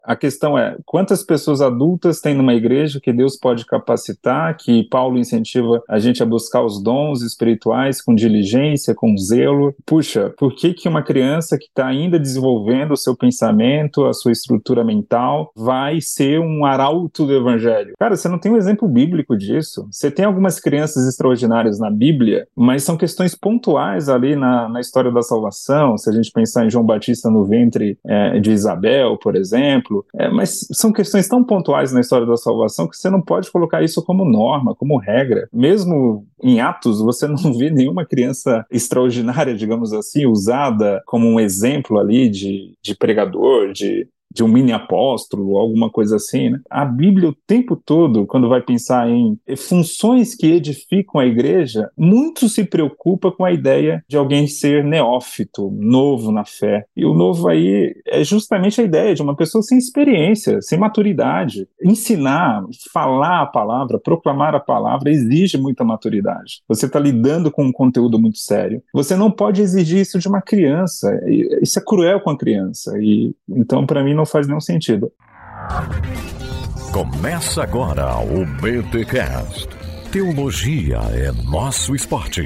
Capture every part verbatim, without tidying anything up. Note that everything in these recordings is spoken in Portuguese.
A questão é, quantas pessoas adultas tem numa igreja que Deus pode capacitar, que Paulo incentiva a gente a buscar os dons espirituais com diligência, com zelo? Puxa, por que que uma criança que está ainda desenvolvendo o seu pensamento, a sua estrutura mental, vai ser um arauto do evangelho? Cara, você não tem um exemplo bíblico disso. Você tem algumas crianças extraordinárias na Bíblia, mas são questões pontuais ali na, na história da salvação. Se a gente pensar em João Batista no ventre é, de Isabel, por exemplo, É, mas são questões tão pontuais na história da salvação que você não pode colocar isso como norma, como regra. Mesmo em Atos, você não vê nenhuma criança extraordinária, digamos assim, usada como um exemplo ali de, de pregador, de... de um mini apóstolo, alguma coisa assim, né? A Bíblia o tempo todo, quando vai pensar em funções que edificam a igreja, muito se preocupa com a ideia de alguém ser neófito, novo na fé. E o novo aí é justamente a ideia de uma pessoa sem experiência, sem maturidade. Ensinar, falar a palavra, proclamar a palavra exige muita maturidade. Você está lidando com um conteúdo muito sério. Você não pode exigir isso de uma criança. Isso é cruel com a criança. E então, para mim, não faz nenhum sentido. Começa agora o B T Cast. Teologia é nosso esporte.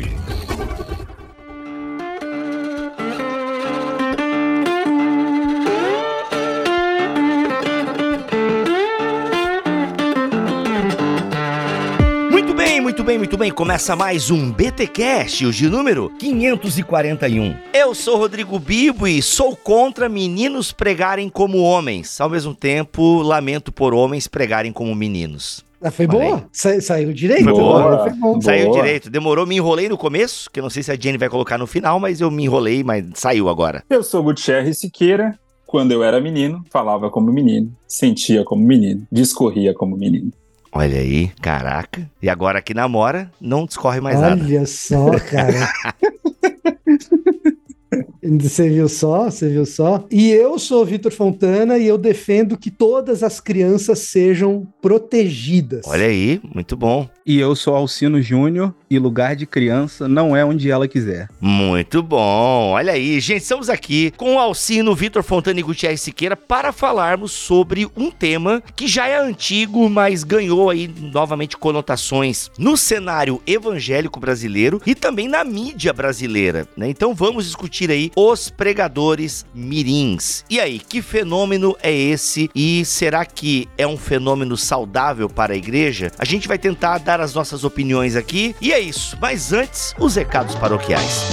Muito bem, muito bem, começa mais um B T Cast, hoje número quinhentos e quarenta e um. Eu sou Rodrigo Bibo e sou contra meninos pregarem como homens. Ao mesmo tempo, lamento por homens pregarem como meninos. Ah, foi boa? Sa- saiu direito? Foi boa. Foi bom. Saiu Boa. direito, demorou, me enrolei no começo, que eu não sei se a Jenny vai colocar no final, mas eu me enrolei, mas saiu agora. Eu sou Gutierrez Siqueira. Quando eu era menino, falava como menino, sentia como menino, discorria como menino. Olha aí, caraca. E agora que namora, não discorre mais nada. Olha só, cara. Você viu só? Você viu só? E eu sou o Vitor Fontana e eu defendo que todas as crianças sejam protegidas. Olha aí, muito bom. E eu sou Alcino Júnior e lugar de criança não é onde ela quiser. Muito bom. Olha aí, gente, estamos aqui com o Alcino, Vitor Fontana e Gutierrez Siqueira para falarmos sobre um tema que já é antigo, mas ganhou aí novamente conotações no cenário evangélico brasileiro e também na mídia brasileira, né? Então vamos discutir aí os pregadores mirins. E aí, que fenômeno é esse? E será que é um fenômeno saudável para a igreja? A gente vai tentar dar as nossas opiniões aqui. E é isso. Mas antes, os recados paroquiais.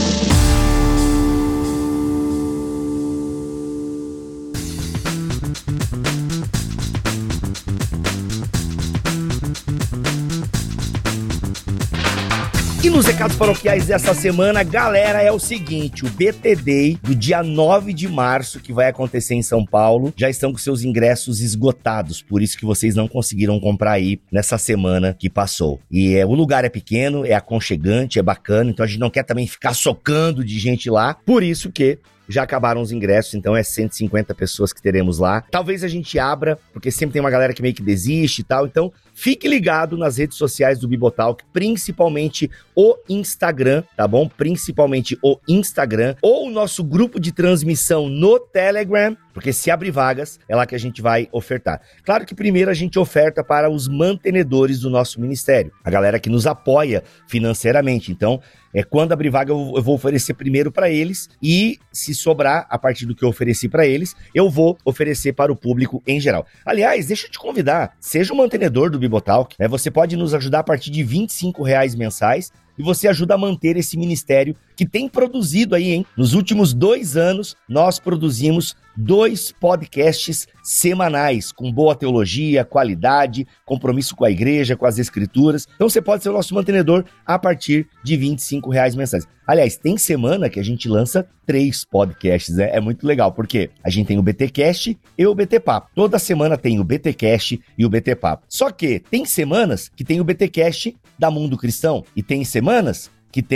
E nos recados paroquiais dessa semana, galera, é o seguinte, o B T Day do dia nove de março, que vai acontecer em São Paulo, já estão com seus ingressos esgotados, por isso que vocês não conseguiram comprar aí nessa semana que passou. E é, o lugar é pequeno, é aconchegante, é bacana, então a gente não quer também ficar socando de gente lá, por isso que já acabaram os ingressos, então é cento e cinquenta pessoas que teremos lá. Talvez a gente abra, porque sempre tem uma galera que meio que desiste e tal, então fique ligado nas redes sociais do Bibotalk, principalmente o Instagram, tá bom? Principalmente o Instagram, ou o nosso grupo de transmissão no Telegram, porque se abrir vagas, é lá que a gente vai ofertar. Claro que primeiro a gente oferta para os mantenedores do nosso ministério, a galera que nos apoia financeiramente, então é, quando abrir vaga eu, eu vou oferecer primeiro para eles e se sobrar, a partir do que eu ofereci para eles, eu vou oferecer para o público em geral. Aliás, deixa eu te convidar, seja um mantenedor do Bibotalk, né? Você pode nos ajudar a partir de vinte e cinco reais mensais e você ajuda a manter esse ministério que tem produzido aí, hein? Nos últimos dois anos, nós produzimos dois podcasts semanais, com boa teologia, qualidade, compromisso com a igreja, com as escrituras. Então você pode ser o nosso mantenedor a partir de vinte e cinco reais mensais. Aliás, tem semana que a gente lança três podcasts, né? É muito legal, porque a gente tem o B T Cast e o B T Papo. Toda semana tem o B T Cast e o B T Papo. Só que tem semanas que tem o B T Cast da Mundo Cristão e tem semanas que tem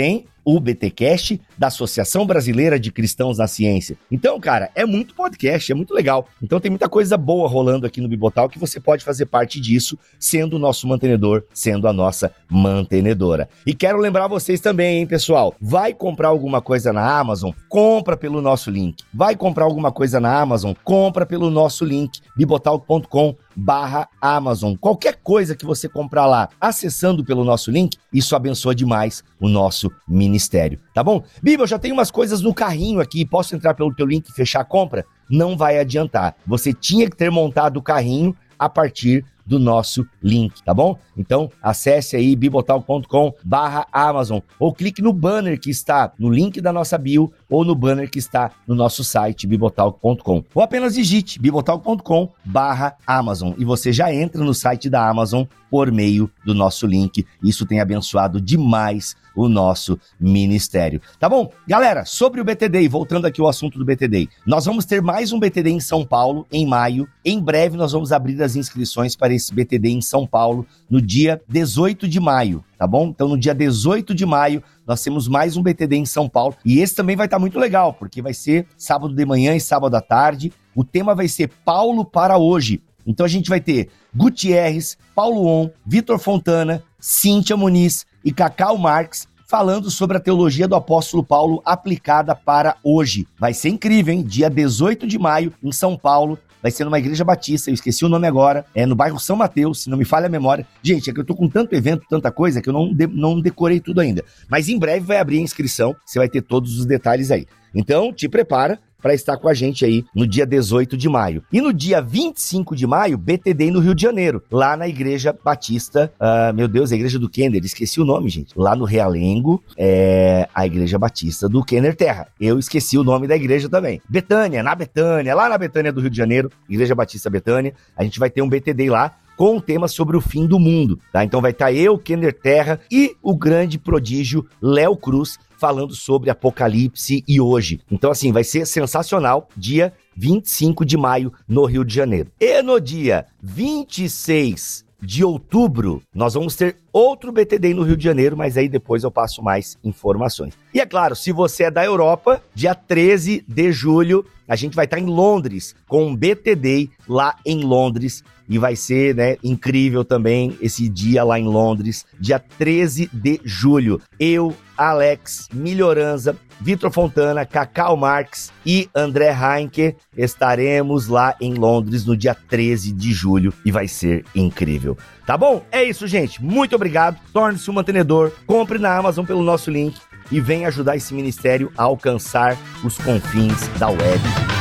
o BTcast da Associação Brasileira de Cristãos na Ciência. Então, cara, é muito podcast, é muito legal. Então tem muita coisa boa rolando aqui no Bibotal que você pode fazer parte disso, sendo o nosso mantenedor, sendo a nossa mantenedora. E quero lembrar vocês também, hein, pessoal? Vai comprar alguma coisa na Amazon? Compra pelo nosso link. Vai comprar alguma coisa na Amazon? Compra pelo nosso link, bibotalk ponto com barra Amazon. Qualquer coisa que você comprar lá, acessando pelo nosso link, isso abençoa demais o nosso ministério, tá bom? Bibo, eu já tenho umas coisas no carrinho aqui, posso entrar pelo teu link e fechar a compra? Não vai adiantar. Você tinha que ter montado o carrinho a partir do nosso link, tá bom? Então, acesse aí bibotalk ponto com barra Amazon ou clique no banner que está no link da nossa bio ou no banner que está no nosso site bibotalk ponto com ou apenas digite bibotalk ponto com barra Amazon e você já entra no site da Amazon por meio do nosso link. Isso tem abençoado demais o nosso ministério. Tá bom? Galera, sobre o B T D, voltando aqui ao assunto do B T D, nós vamos ter mais um B T D em São Paulo em maio. Em breve nós vamos abrir as inscrições para esse B T D em São Paulo no dia dezoito de maio, tá bom? Então no dia dezoito de maio nós temos mais um B T D em São Paulo e esse também vai estar muito legal, porque vai ser sábado de manhã e sábado à tarde. O tema vai ser Paulo para hoje. Então a gente vai ter Gutierrez, Paulo On, Vitor Fontana, Cíntia Muniz e Cacau Marques falando sobre a teologia do apóstolo Paulo aplicada para hoje. Vai ser incrível, hein? Dia dezoito de maio, em São Paulo, vai ser numa igreja batista, eu esqueci o nome agora, é no bairro São Mateus, se não me falha a memória. Gente, é que eu tô com tanto evento, tanta coisa, que eu não, de, não decorei tudo ainda. Mas em breve vai abrir a inscrição, você vai ter todos os detalhes aí. Então, te prepara para estar com a gente aí no dia dezoito de maio. E no dia vinte e cinco de maio, B T D no Rio de Janeiro, lá na Igreja Batista, uh, meu Deus, a Igreja do Kenner, esqueci o nome, gente. Lá no Realengo, é a Igreja Batista do Kenner Terra. Eu esqueci o nome da igreja também. Betânia, na Betânia, lá na Betânia do Rio de Janeiro, Igreja Batista Betânia, a gente vai ter um B T D lá, com um tema sobre o fim do mundo, tá? Então vai estar eu, Kenner Terra e o grande prodígio Léo Cruz falando sobre Apocalipse e hoje. Então assim, vai ser sensacional, dia vinte e cinco de maio no Rio de Janeiro. E no dia vinte e seis de outubro, nós vamos ter outro B T D no Rio de Janeiro, mas aí depois eu passo mais informações. E é claro, se você é da Europa, dia treze de julho, a gente vai estar em Londres, com um B T D lá em Londres, e vai ser, né, incrível também esse dia lá em Londres, dia treze de julho. Eu, Alex, Melhoranza, Vitor Fontana, Cacau Marques e André Heinke estaremos lá em Londres no dia treze de julho e vai ser incrível. Tá bom? É isso, gente. Muito obrigado. Torne-se um mantenedor, compre na Amazon pelo nosso link e venha ajudar esse ministério a alcançar os confins da web.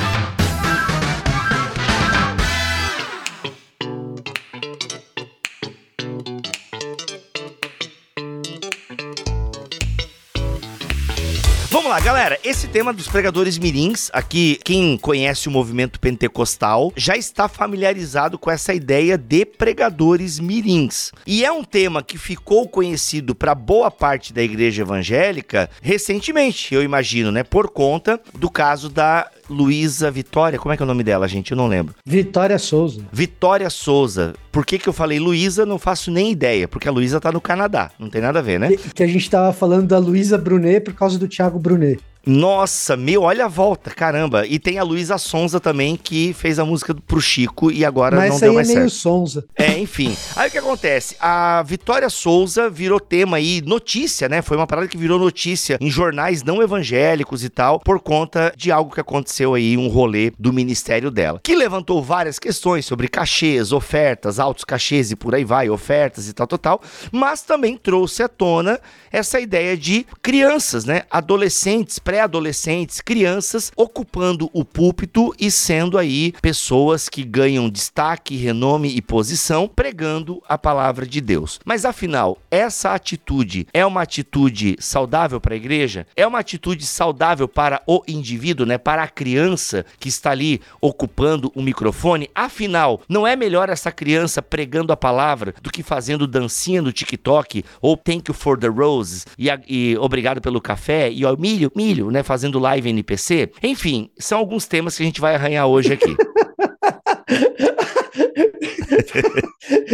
Vamos lá, galera, esse tema dos pregadores mirins, aqui, quem conhece o movimento pentecostal, já está familiarizado com essa ideia de pregadores mirins. E é um tema que ficou conhecido para boa parte da igreja evangélica recentemente, eu imagino, né, por conta do caso da Luísa Vitória, como é que é o nome dela, gente? Eu não lembro. Vitória Souza. Vitória Souza. Por que que eu falei Luísa? Não faço nem ideia, porque a Luísa tá no Canadá. Não tem nada a ver, né? Que, que a gente tava falando da Luísa Brunet por causa do Thiago Brunet. Nossa, meu, olha a volta, caramba. E tem a Luísa Sonza também, que fez a música pro Chico e agora Mas não deu mais certo. Mas certo. essa aí é meio Sonza. É, enfim. Aí o que acontece? A Vitória Souza virou tema aí, notícia, né? Foi uma parada que virou notícia em jornais não evangélicos e tal, por conta de algo que aconteceu aí, um rolê do ministério dela. Que levantou várias questões sobre cachês, ofertas, altos cachês e por aí vai, ofertas e tal, tal, tal. Mas também trouxe à tona essa ideia de crianças, né? Adolescentes, pré-adolescentes, crianças ocupando o púlpito e sendo aí pessoas que ganham destaque, renome e posição pregando a palavra de Deus. Mas afinal, essa atitude é uma atitude saudável para a igreja? É uma atitude saudável para o indivíduo, né? Para a criança que está ali ocupando o microfone? Afinal, não é melhor essa criança pregando a palavra do que fazendo dancinha no TikTok ou thank you for the roses e, a, e obrigado pelo café e ó, milho, milho, né? Fazendo live N P C? Enfim, são alguns temas que a gente vai arranhar hoje aqui. Quando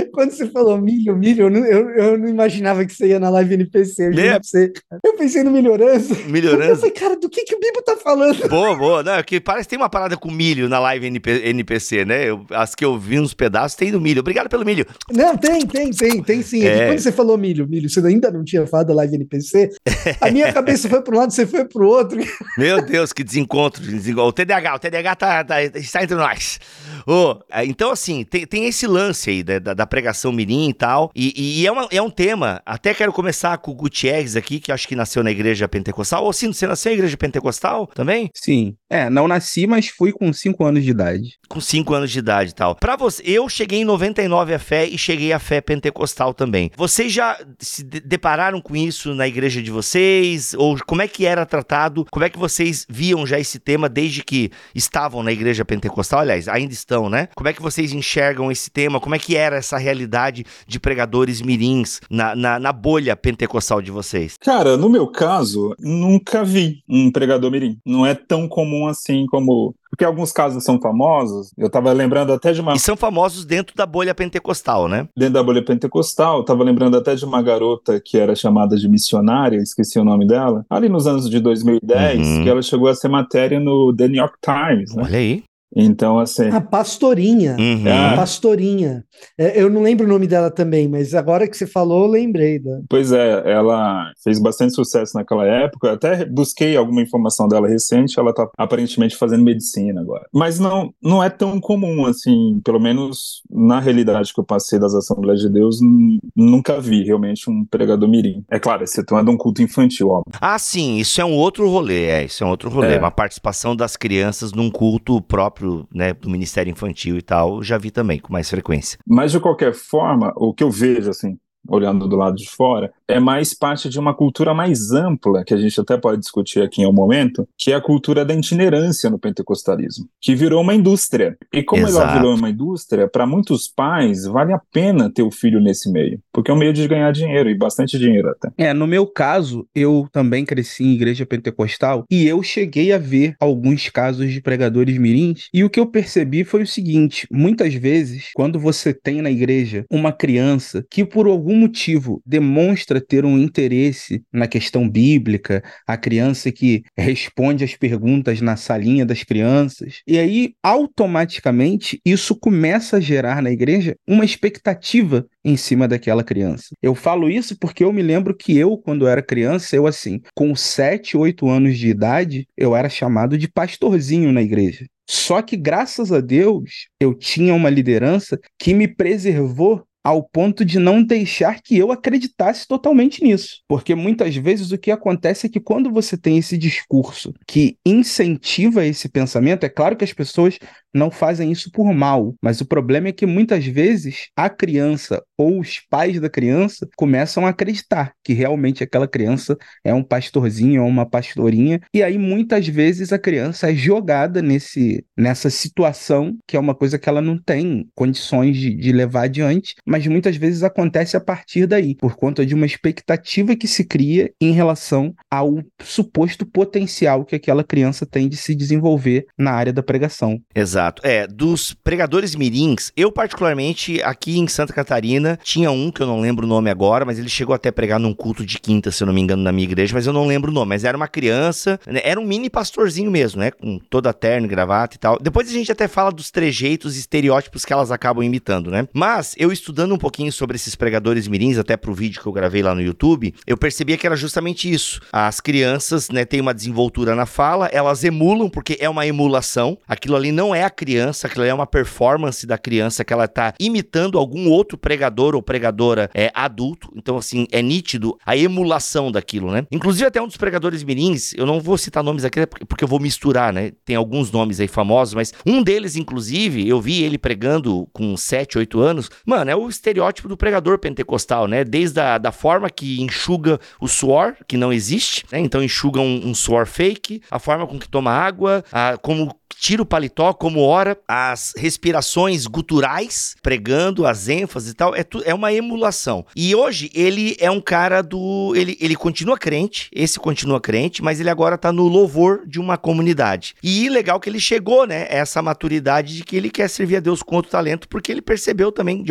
você falou milho, milho, eu não, eu, eu não imaginava que você ia na live N P C. Eu, juro pra você. Eu pensei no melhorança. Melhorança. Eu falei, cara, do que, que o Bibo tá falando? Boa, boa. Não, é que parece que tem uma parada com milho na live N P, N P C, né? Eu, as que eu vi uns pedaços tem do milho. Obrigado pelo milho. Não, tem, tem, tem, tem sim. É. É. Quando você falou milho, milho, você ainda não tinha falado da live N P C, a minha cabeça foi para um lado, você foi pro outro. Meu Deus, que desencontro. desencontro. O T D A H, o T D A H tá, tá, está entre nós. Oh, então, assim, tem, tem esse lance aí da, da, da pregação mirim e tal, e, e é, uma, é um tema, até quero começar com o Gutierrez aqui, que acho que nasceu na igreja pentecostal. Ô, Cino, você nasceu na igreja pentecostal também? Sim. É, não nasci, mas fui com cinco anos de idade. Com cinco anos de idade e tal. Pra você, eu cheguei em noventa e nove à fé e cheguei à fé pentecostal também. Vocês já se de- depararam com isso na igreja de vocês? Ou como é que era tratado? Como é que vocês viam já esse tema desde que estavam na igreja pentecostal? Aliás, ainda estão, né? Como é que vocês enxergam esse tema? Como é que era essa realidade de pregadores mirins na, na, na bolha pentecostal de vocês? Cara, no meu caso, nunca vi um pregador mirim. Não é tão comum assim como... Porque alguns casos são famosos. Eu tava lembrando até de uma... E são famosos dentro da bolha pentecostal, né? Dentro da bolha pentecostal, eu tava lembrando até de uma garota que era chamada de missionária, esqueci o nome dela, ali nos anos de dois mil e dez, Uhum. que ela chegou a ser matéria no The New York Times, né? Olha aí. Então, assim... A pastorinha. Uhum. A pastorinha. É, eu não lembro o nome dela também, mas agora que você falou, eu lembrei. Da... Pois é, ela fez bastante sucesso naquela época. Eu até busquei alguma informação dela recente. Ela tá aparentemente fazendo medicina agora. Mas não, não é tão comum, assim, pelo menos na realidade que eu passei das Assembleias de Deus, n- nunca vi realmente um pregador mirim. É claro, excetuando um culto infantil, óbvio. Ah, sim, isso é um outro rolê, é, isso é um outro rolê, É. uma participação das crianças num culto próprio, né, do Ministério Infantil e tal, eu já vi também, com mais frequência. Mas, de qualquer forma, o que eu vejo, assim, olhando do lado de fora, é mais parte de uma cultura mais ampla, que a gente até pode discutir aqui em um momento, que é a cultura da itinerância no pentecostalismo, que virou uma indústria. E como Exato. ela virou uma indústria, para muitos pais, vale a pena ter o filho nesse meio, porque é um meio de ganhar dinheiro, e bastante dinheiro até. É, no meu caso, eu também cresci em igreja pentecostal e eu cheguei a ver alguns casos de pregadores mirins e o que eu percebi foi o seguinte, muitas vezes, quando você tem na igreja uma criança que por algum motivo demonstra ter um interesse na questão bíblica, a criança que responde as perguntas na salinha das crianças, e aí automaticamente isso começa a gerar na igreja uma expectativa em cima daquela criança. Eu falo isso porque eu me lembro que eu, quando era criança, eu assim, com sete, oito anos de idade, eu era chamado de pastorzinho na igreja. Só que, graças a Deus, eu tinha uma liderança que me preservou ao ponto de não deixar que eu acreditasse totalmente nisso. Porque muitas vezes o que acontece é que quando você tem esse discurso que incentiva esse pensamento, é claro que as pessoas não fazem isso por mal, mas o problema é que muitas vezes a criança ou os pais da criança começam a acreditar que realmente aquela criança é um pastorzinho ou uma pastorinha, e aí muitas vezes a criança é jogada nesse, nessa situação que é uma coisa que ela não tem condições de, de levar adiante, mas muitas vezes acontece a partir daí, por conta de uma expectativa que se cria em relação ao suposto potencial que aquela criança tem de se desenvolver na área da pregação. Exato. É, dos pregadores mirins, eu particularmente, aqui em Santa Catarina, tinha um que eu não lembro o nome agora, mas ele chegou até a pregar num culto de quinta, se eu não me engano, na minha igreja, mas eu não lembro o nome, mas era uma criança, né, era um mini pastorzinho mesmo, né, com toda a terno, gravata e tal. Depois a gente até fala dos trejeitos e estereótipos que elas acabam imitando, né. Mas, eu estudando um pouquinho sobre esses pregadores mirins, até pro vídeo que eu gravei lá no YouTube, eu percebia que era justamente isso. As crianças, né, têm uma desenvoltura na fala, elas emulam, porque é uma emulação, aquilo ali não é a criança, aquilo ali é uma performance da criança que ela tá imitando algum outro pregador ou pregadora é, adulto, então assim, é nítido a emulação daquilo, né? Inclusive até um dos pregadores mirins, eu não vou citar nomes aqui porque eu vou misturar, né? Tem alguns nomes aí famosos, mas um deles, inclusive, eu vi ele pregando com sete, oito anos, mano, é o estereótipo do pregador pentecostal, né? Desde a da forma que enxuga o suor, que não existe, né? Então enxuga um, um suor fake, a forma com que toma água, a, como tira o paletó, como ora, as respirações guturais, pregando, as ênfases e tal, é, tu, é uma emulação. E hoje ele é um cara do... Ele, ele continua crente, esse continua crente, mas ele agora tá no louvor de uma comunidade. E legal que ele chegou, né, essa maturidade de que ele quer servir a Deus com outro talento, porque ele percebeu também, de alguma forma,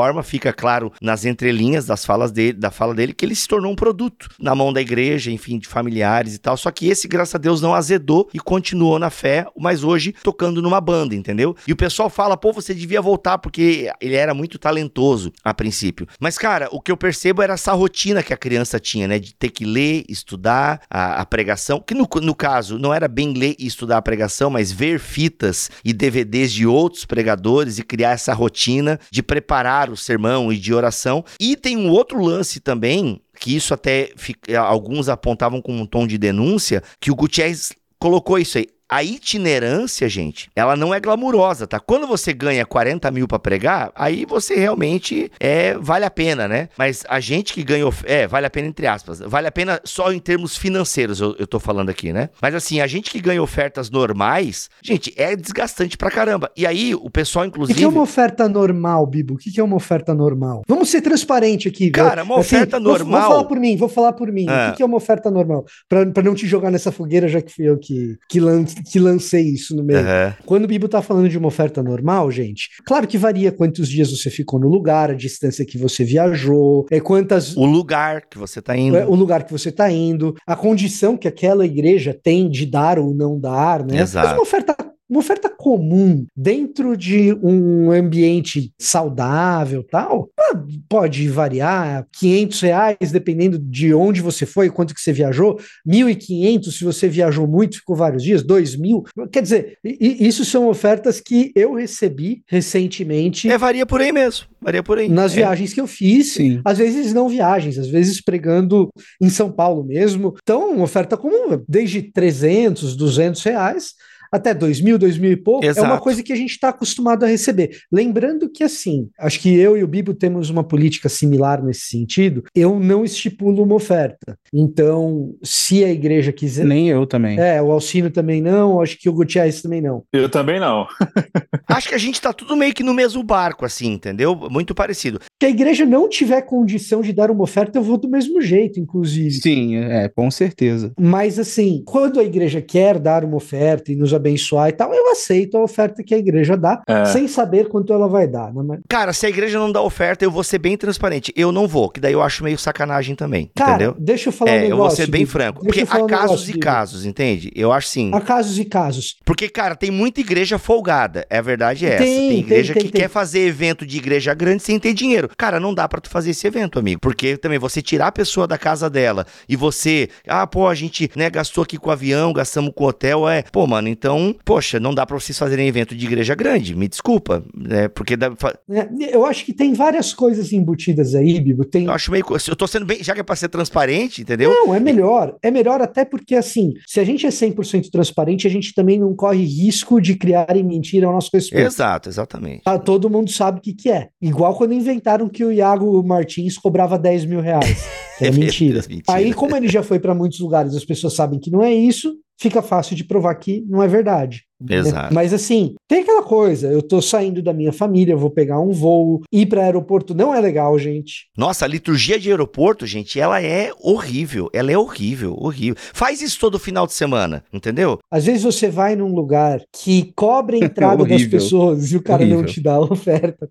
forma, fica claro nas entrelinhas das falas dele, da fala dele, que ele se tornou um produto na mão da igreja, enfim, de familiares e tal. Só que esse, graças a Deus, não azedou e continuou na fé, mas hoje tocando numa banda, entendeu? E o pessoal fala, pô, você devia voltar, porque ele era muito talentoso a princípio. Mas, cara, o que eu percebo era essa rotina que a criança tinha, né? De ter que ler, estudar a, a pregação, que no, no caso, não era bem ler e estudar a pregação, mas ver fitas e D V Ds de outros pregadores e criar essa rotina de preparar o sermão e de oração. E tem um outro lance também, que isso até fica, alguns apontavam com um tom de denúncia, que o Gutierrez colocou isso aí. A itinerância, gente, ela não é glamurosa, tá? Quando você ganha quarenta mil pra pregar, aí você realmente é, vale a pena, né? Mas a gente que ganha, é, vale a pena entre aspas, vale a pena só em termos financeiros, eu, eu tô falando aqui, né? Mas assim, a gente que ganha ofertas normais, gente, é desgastante pra caramba. E aí, o pessoal, inclusive... O que é uma oferta normal, Bibo? O que é uma oferta normal? Vamos ser transparente aqui. Cara, uma assim, oferta normal... Vou, vou falar por mim, vou falar por mim. Ah. O que é uma oferta normal? Pra, pra não te jogar nessa fogueira, já que fui eu que, que lance que lancei isso no meio. Uhum. Quando o Bibo tá falando de uma oferta normal, gente, claro que varia quantos dias você ficou no lugar, a distância que você viajou, é quantas... O lugar que você tá indo. É, o lugar que você tá indo, a condição que aquela igreja tem de dar ou não dar, né? Exato. Mas uma oferta Uma oferta comum dentro de um ambiente saudável, tal, pode variar quinhentos reais, dependendo de onde você foi, quanto que você viajou, mil e quinhentos se você viajou muito, ficou vários dias, dois mil. Quer dizer, isso são ofertas que eu recebi recentemente. É, varia por aí mesmo, varia por aí. Nas é. viagens que eu fiz, Sim. Às vezes não viagens, às vezes pregando em São Paulo mesmo. Então, uma oferta comum, desde trezentos, duzentos reais, até dois mil, dois mil e pouco, Exato. É uma coisa que a gente está acostumado a receber. Lembrando que, assim, acho que eu e o Bibo temos uma política similar nesse sentido, eu não estipulo uma oferta. Então, se a igreja quiser... Nem eu também. É, o Alcino também não, acho que o Gutierrez também não. Eu também não. Acho que a gente tá tudo meio que no mesmo barco, assim, entendeu? Muito parecido. Se a igreja não tiver condição de dar uma oferta, eu vou do mesmo jeito, inclusive. Sim, é, com certeza. Mas, assim, quando a igreja quer dar uma oferta e nos abençoar e tal, eu aceito a oferta que a igreja dá, é. sem saber quanto ela vai dar. Né? Cara, se a igreja não dá oferta, eu vou ser bem transparente. Eu não vou, que daí eu acho meio sacanagem também, Cara, entendeu? deixa eu falar é, um negócio. Eu vou ser bem Bibo. franco. Deixa Porque há um casos negócio, e Bibo. casos, entende? Eu acho sim. Há casos e casos. Porque, cara, tem muita igreja folgada. É a verdade é Tem, essa. Tem tem, igreja tem, que tem. quer fazer evento de igreja grande sem ter dinheiro. Cara, não dá pra tu fazer esse evento, amigo. Porque também você tirar a pessoa da casa dela e você... Ah, pô, a gente, né, gastou aqui com o avião, gastamos com o hotel. É, pô, mano, então... Poxa, não dá pra vocês fazerem evento de igreja grande. Me desculpa, né? Porque... Dá... É, eu acho que tem várias coisas embutidas aí, Bibo. Tem... Eu acho meio... Eu tô sendo bem... Já que é pra ser transparente, entendeu? Não, é melhor. É melhor até porque, assim, se a gente é cem por cento transparente, a gente também não corre risco de criarem mentira ao nosso respeito. Exato, exatamente. Ah, todo mundo sabe o que, que é. Igual quando inventaram que o Iago Martins cobrava dez mil reais. Que é mentira. Deus, mentira. Aí, como ele já foi para muitos lugares, as pessoas sabem que não é isso, fica fácil de provar que não é verdade. Exato. Mas assim, tem aquela coisa, eu tô saindo da minha família, eu vou pegar um voo, ir para aeroporto não é legal, gente. Nossa, a liturgia de aeroporto, gente, ela é horrível, ela é horrível, horrível. Faz isso todo final de semana, entendeu? Às vezes você vai num lugar que cobra a entrada das pessoas e o cara horrível. Não te dá a oferta.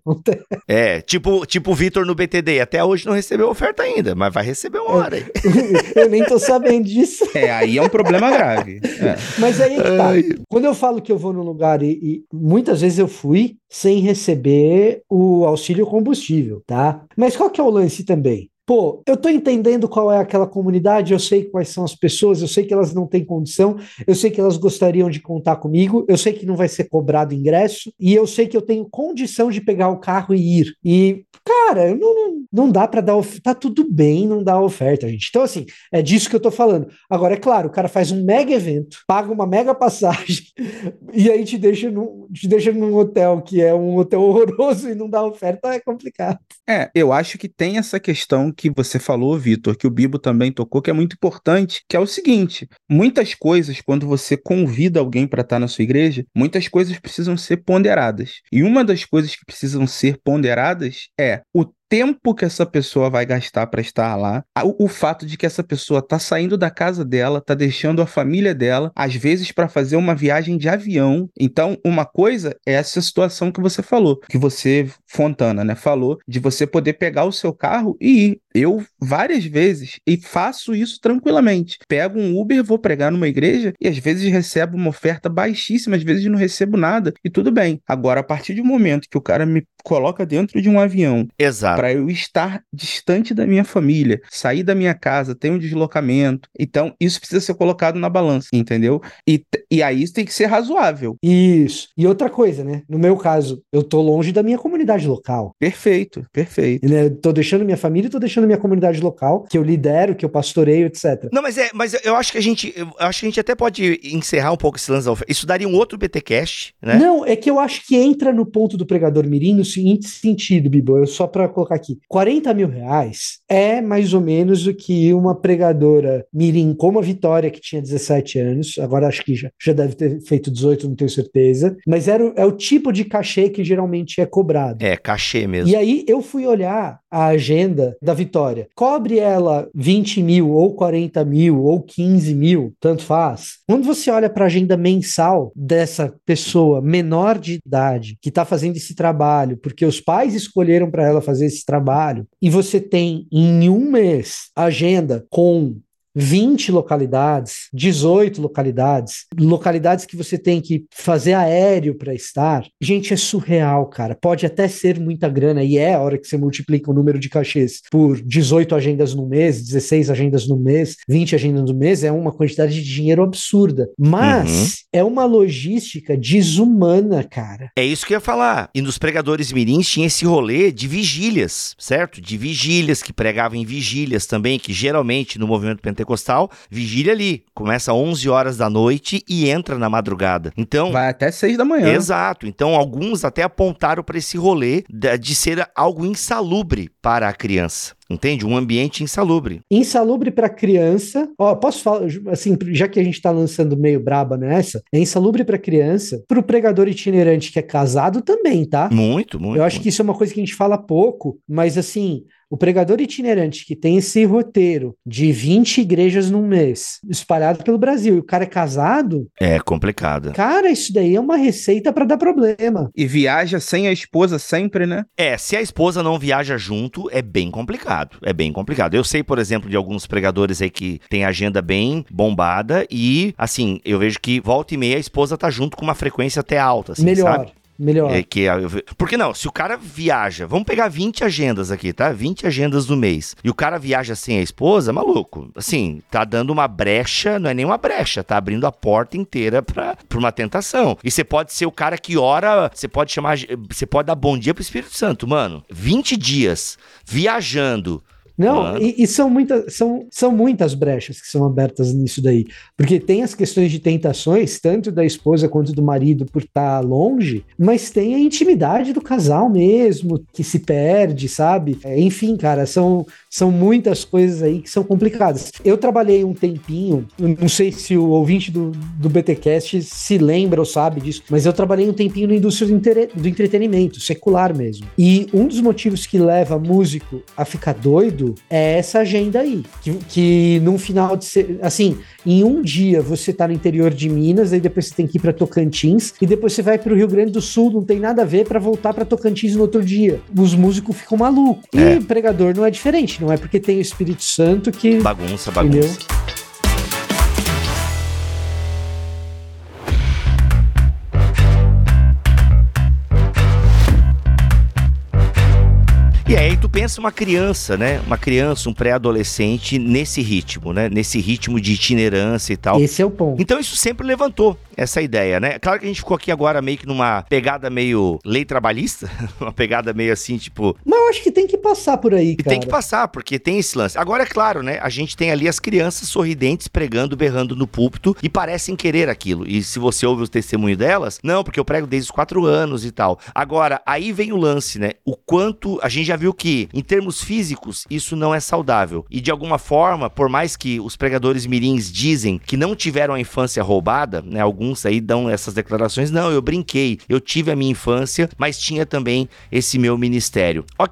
É, tipo, tipo o Vitor no B T D, até hoje não recebeu oferta ainda, mas vai receber uma hora aí. Eu nem tô sabendo disso. É, aí é um problema grave. É. Mas aí que tá. Ai. Quando eu falo que eu vou num lugar e, e muitas vezes eu fui sem receber o auxílio combustível, tá? Mas qual que é o lance também? Pô, eu tô entendendo qual é aquela comunidade, eu sei quais são as pessoas, eu sei que elas não têm condição, eu sei que elas gostariam de contar comigo, eu sei que não vai ser cobrado ingresso, e eu sei que eu tenho condição de pegar o carro e ir. E, cara, não, não, não dá pra dar oferta, tá tudo bem não dar oferta, gente. Então, assim, é disso que eu tô falando. Agora, é claro, o cara faz um mega evento, paga uma mega passagem, e aí te deixa, num, te deixa num hotel que é um hotel horroroso e não dá oferta, é complicado. É, eu acho que tem essa questão que você falou, Vitor, que o Bibo também tocou, que é muito importante, que é o seguinte, muitas coisas, quando você convida alguém para estar na sua igreja, muitas coisas precisam ser ponderadas. E uma das coisas que precisam ser ponderadas é o tempo que essa pessoa vai gastar para estar lá, o, o fato de que essa pessoa tá saindo da casa dela, tá deixando a família dela, às vezes para fazer uma viagem de avião. Então, uma coisa é essa situação que você falou, que você, Fontana, né, falou, de você poder pegar o seu carro e ir. Eu, várias vezes, e faço isso tranquilamente. Pego um Uber, vou pregar numa igreja e às vezes recebo uma oferta baixíssima, às vezes não recebo nada e tudo bem. Agora, a partir do momento que o cara me coloca dentro de um avião para eu estar distante da minha família, sair da minha casa, ter um deslocamento, então isso precisa ser colocado na balança, entendeu? E, e aí isso tem que ser razoável. Isso. E outra coisa, né? No meu caso, eu tô longe da minha comunidade local. Perfeito, perfeito. Né? Eu tô deixando minha família e tô deixando minha comunidade local, que eu lidero, que eu pastoreio, etcétera. Não, mas é, mas eu acho que a gente, eu acho que a gente até pode encerrar um pouco esse lance da oferta. Isso daria um outro B T Cast, né? Não, é que eu acho que entra no ponto do pregador mirim no seguinte sentido, Bibo, eu só pra colocar aqui, quarenta mil reais é mais ou menos o que uma pregadora mirim como a Vitória, que tinha dezessete anos, agora acho que já, já deve ter feito dezoito, não tenho certeza, mas era, o- é o tipo de cachê que geralmente é cobrado. É, cachê mesmo. E aí eu fui olhar a agenda da Vitória. Cobre ela vinte mil, ou quarenta mil, ou quinze mil, tanto faz. Quando você olha para a agenda mensal dessa pessoa menor de idade que está fazendo esse trabalho, porque os pais escolheram para ela fazer esse trabalho, e você tem em um mês agenda com vinte localidades, dezoito localidades, localidades que você tem que fazer aéreo para estar. Gente, é surreal, cara. Pode até ser muita grana, e é a hora que você multiplica o número de cachês por dezoito agendas no mês, dezesseis agendas no mês, vinte agendas no mês, é uma quantidade de dinheiro absurda. Mas Uhum. é uma logística desumana, cara. É isso que eu ia falar. E nos pregadores mirins tinha esse rolê de vigílias, certo? De vigílias, que pregavam em vigílias também, que geralmente no movimento pentecostal, vigília ali, começa às onze horas da noite e entra na madrugada. Então, Vai até seis da manhã. exato. Então, alguns até apontaram para esse rolê de, de ser algo insalubre para a criança. Entende? Um ambiente insalubre. Insalubre para criança. Ó, posso falar, assim, já que a gente tá lançando meio braba nessa, é insalubre para criança, pro pregador itinerante que é casado também, tá? Muito, muito. Eu acho muito. que isso é uma coisa que a gente fala pouco, mas assim, o pregador itinerante que tem esse roteiro de vinte igrejas num mês, espalhado pelo Brasil, e o cara é casado, É complicado. cara, isso daí é uma receita para dar problema. E viaja sem a esposa sempre, né? É, se a esposa não viaja junto, é bem complicado. É bem complicado. Eu sei, por exemplo, de alguns pregadores aí que tem agenda bem bombada e, assim, eu vejo que volta e meia a esposa tá junto com uma frequência até alta, assim, Melhor. sabe? Melhor. É que, porque não, se o cara viaja, vamos pegar vinte agendas aqui, tá? vinte agendas no mês. E o cara viaja sem a esposa, maluco. Assim, tá dando uma brecha, não é nem uma brecha, tá abrindo a porta inteira pra, pra uma tentação. E você pode ser o cara que ora, você pode chamar, você pode dar bom dia pro Espírito Santo, mano. vinte dias viajando. Não, Mano. e, e são, muitas, são, são muitas brechas que são abertas nisso daí. Porque tem as questões de tentações, tanto da esposa quanto do marido por estar longe, mas tem a intimidade do casal mesmo, que se perde, sabe? É, enfim, cara, são, são muitas coisas aí que são complicadas. Eu trabalhei um tempinho, eu não sei se o ouvinte do, do BTcast se lembra ou sabe disso, mas eu trabalhei um tempinho na indústria do, entre- do entretenimento, secular mesmo. E um dos motivos que leva músico a ficar doido é essa agenda aí, que, que num final de, se- assim, em um dia você tá no interior de Minas, aí depois você tem que ir pra Tocantins, e depois você vai pro Rio Grande do Sul, não tem nada a ver, pra voltar pra Tocantins no outro dia. Os músicos ficam malucos. E É. pregador não é diferente, não é porque tem o Espírito Santo que... Bagunça, bagunça. Entendeu? E aí tu pensa uma criança, né? Uma criança, um pré-adolescente nesse ritmo, né? Nesse ritmo de itinerância e tal. Esse é o ponto. Então isso sempre levantou essa ideia, né? Claro que a gente ficou aqui agora meio que numa pegada meio lei trabalhista, uma pegada meio assim, tipo... Mas eu acho que tem que passar por aí, E cara. tem que passar, porque tem esse lance. Agora, é claro, né? A gente tem ali as crianças sorridentes pregando, berrando no púlpito e parecem querer aquilo. E se você ouve o testemunho delas, não, porque eu prego desde os quatro anos e tal. Agora, aí vem o lance, né? O quanto... A gente já viu que, em termos físicos, isso não é saudável. E de alguma forma, por mais que os pregadores mirins dizem que não tiveram a infância roubada, né? Alguns aí dão essas declarações. Não, eu brinquei, eu tive a minha infância, mas tinha também esse meu ministério. Ok.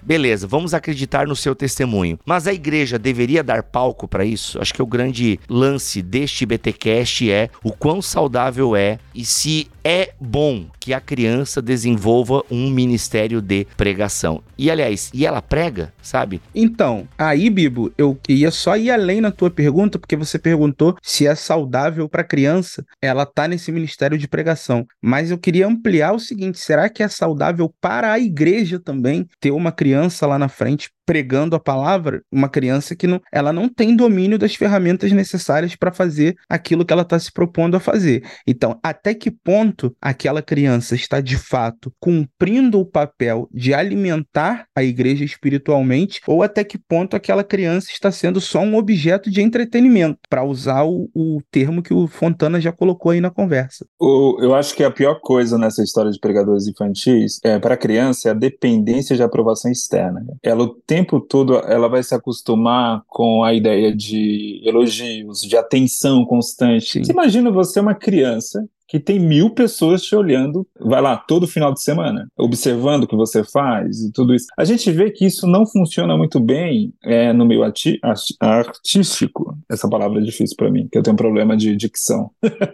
beleza, vamos acreditar no seu testemunho. Mas a igreja deveria dar palco para isso? Acho que o grande lance deste BTcast é o quão saudável é e se é bom que a criança desenvolva um ministério de pregação. E, aliás, e ela prega, sabe? Então, aí, Bibo, eu ia só ir além na tua pergunta, porque você perguntou se é saudável para criança ela tá nesse ministério de pregação. Mas eu queria ampliar o seguinte, será que é saudável para a igreja também ter uma criança lá na frente pregando a palavra, uma criança que não, ela não tem domínio das ferramentas necessárias para fazer aquilo que ela está se propondo a fazer. Então, até que ponto aquela criança está de fato cumprindo o papel de alimentar a igreja espiritualmente, ou até que ponto aquela criança está sendo só um objeto de entretenimento, para usar o, o termo que o Fontana já colocou aí na conversa. O, eu acho que a pior coisa nessa história de pregadores infantis é, para a criança é a dependência de aprovação externa. Ela o tempo todo ela vai se acostumar com a ideia de elogios, de atenção constante. Sim. Você imagina você uma criança que tem mil pessoas te olhando, vai lá, todo final de semana, observando o que você faz e tudo isso. A gente vê que isso não funciona muito bem é, no meio arti- artístico. Essa palavra é difícil para mim, porque eu tenho um problema de dicção.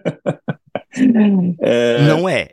é... Não é.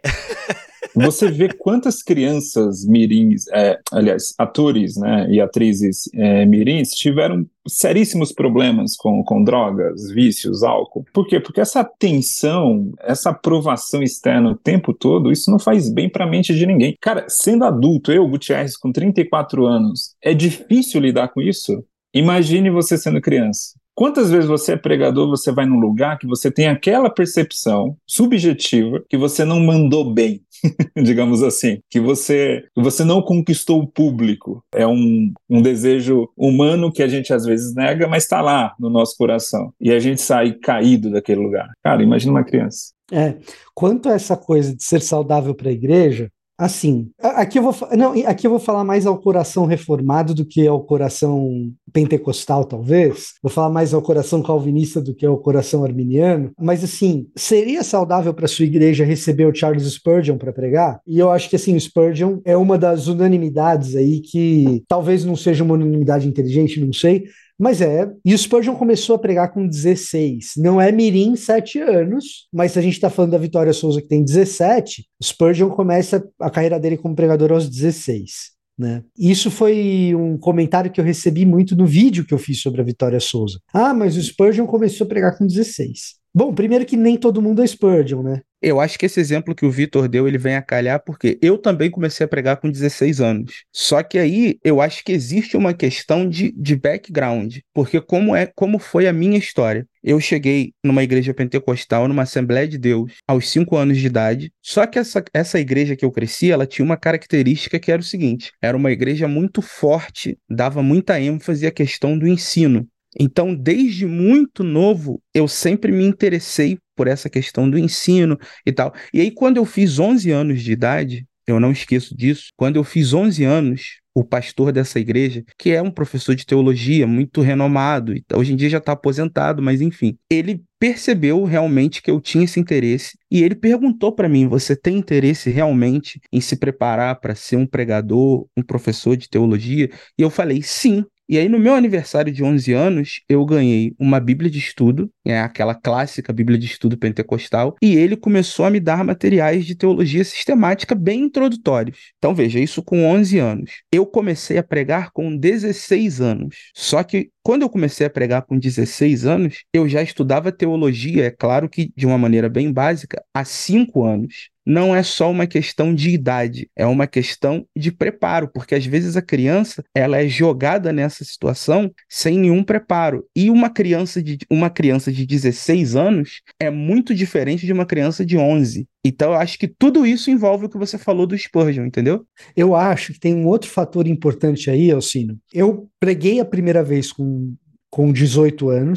Você vê quantas crianças mirins, é, aliás, atores, né, e atrizes é, mirins tiveram seríssimos problemas com, com drogas, vícios, álcool. Por quê? Porque essa tensão, essa aprovação externa o tempo todo, isso não faz bem para a mente de ninguém. Cara, sendo adulto, eu, Gutierrez, com trinta e quatro anos, é difícil lidar com isso? Imagine você sendo criança. Quantas vezes você é pregador, você vai num lugar que você tem aquela percepção subjetiva que você não mandou bem, digamos assim, que você, que você não conquistou o público. É um, um desejo humano que a gente às vezes nega, mas está lá no nosso coração. E a gente sai caído daquele lugar. Cara, imagina uma criança. É, quanto a essa coisa de ser saudável para a igreja, assim, aqui eu, vou, não, aqui eu vou falar mais ao coração reformado do que ao coração pentecostal, talvez. Vou falar mais ao coração calvinista do que ao coração arminiano. Mas, assim, seria saudável para sua igreja receber o Charles Spurgeon para pregar? E eu acho que, assim, o Spurgeon é uma das unanimidades aí que talvez não seja uma unanimidade inteligente, não sei, mas é, e o Spurgeon começou a pregar com dezesseis, não é mirim, sete anos, mas se a gente tá falando da Vitória Souza que tem dezessete, o Spurgeon começa a carreira dele como pregador aos dezesseis, né? Isso foi um comentário que eu recebi muito no vídeo que eu fiz sobre a Vitória Souza. Ah, mas o Spurgeon começou a pregar com dezesseis. Bom, primeiro que nem todo mundo é Spurgeon, né? Eu acho que esse exemplo que o Vitor deu, ele vem a calhar porque eu também comecei a pregar com dezesseis anos. Só que aí eu acho que existe uma questão de, de background, porque como, é, como foi a minha história? Eu cheguei numa igreja pentecostal, numa Assembleia de Deus, aos cinco anos de idade, só que essa, essa igreja que eu cresci, ela tinha uma característica que era o seguinte, era uma igreja muito forte, dava muita ênfase à questão do ensino. Então, desde muito novo, eu sempre me interessei por essa questão do ensino e tal. E aí, quando eu fiz onze anos de idade, eu não esqueço disso, quando eu fiz onze anos, o pastor dessa igreja, que é um professor de teologia muito renomado, hoje em dia já está aposentado, mas enfim, ele percebeu realmente que eu tinha esse interesse e ele perguntou para mim, você tem interesse realmente em se preparar para ser um pregador, um professor de teologia? E eu falei, sim. E aí, no meu aniversário de onze anos, eu ganhei uma Bíblia de estudo, é aquela clássica Bíblia de estudo pentecostal, e ele começou a me dar materiais de teologia sistemática bem introdutórios. Então, veja, isso com onze anos. Eu comecei a pregar com dezesseis anos. Só que, quando eu comecei a pregar com dezesseis anos, eu já estudava teologia, é claro que de uma maneira bem básica, há cinco anos. Não é só uma questão de idade, é uma questão de preparo, porque às vezes a criança ela é jogada nessa situação sem nenhum preparo. E uma criança de, uma criança de dezesseis anos é muito diferente de uma criança de onze. Então eu acho que tudo isso envolve o que você falou do Spurgeon, entendeu? Eu acho que tem um outro fator importante aí, Alcino. Eu preguei a primeira vez com, com dezoito anos,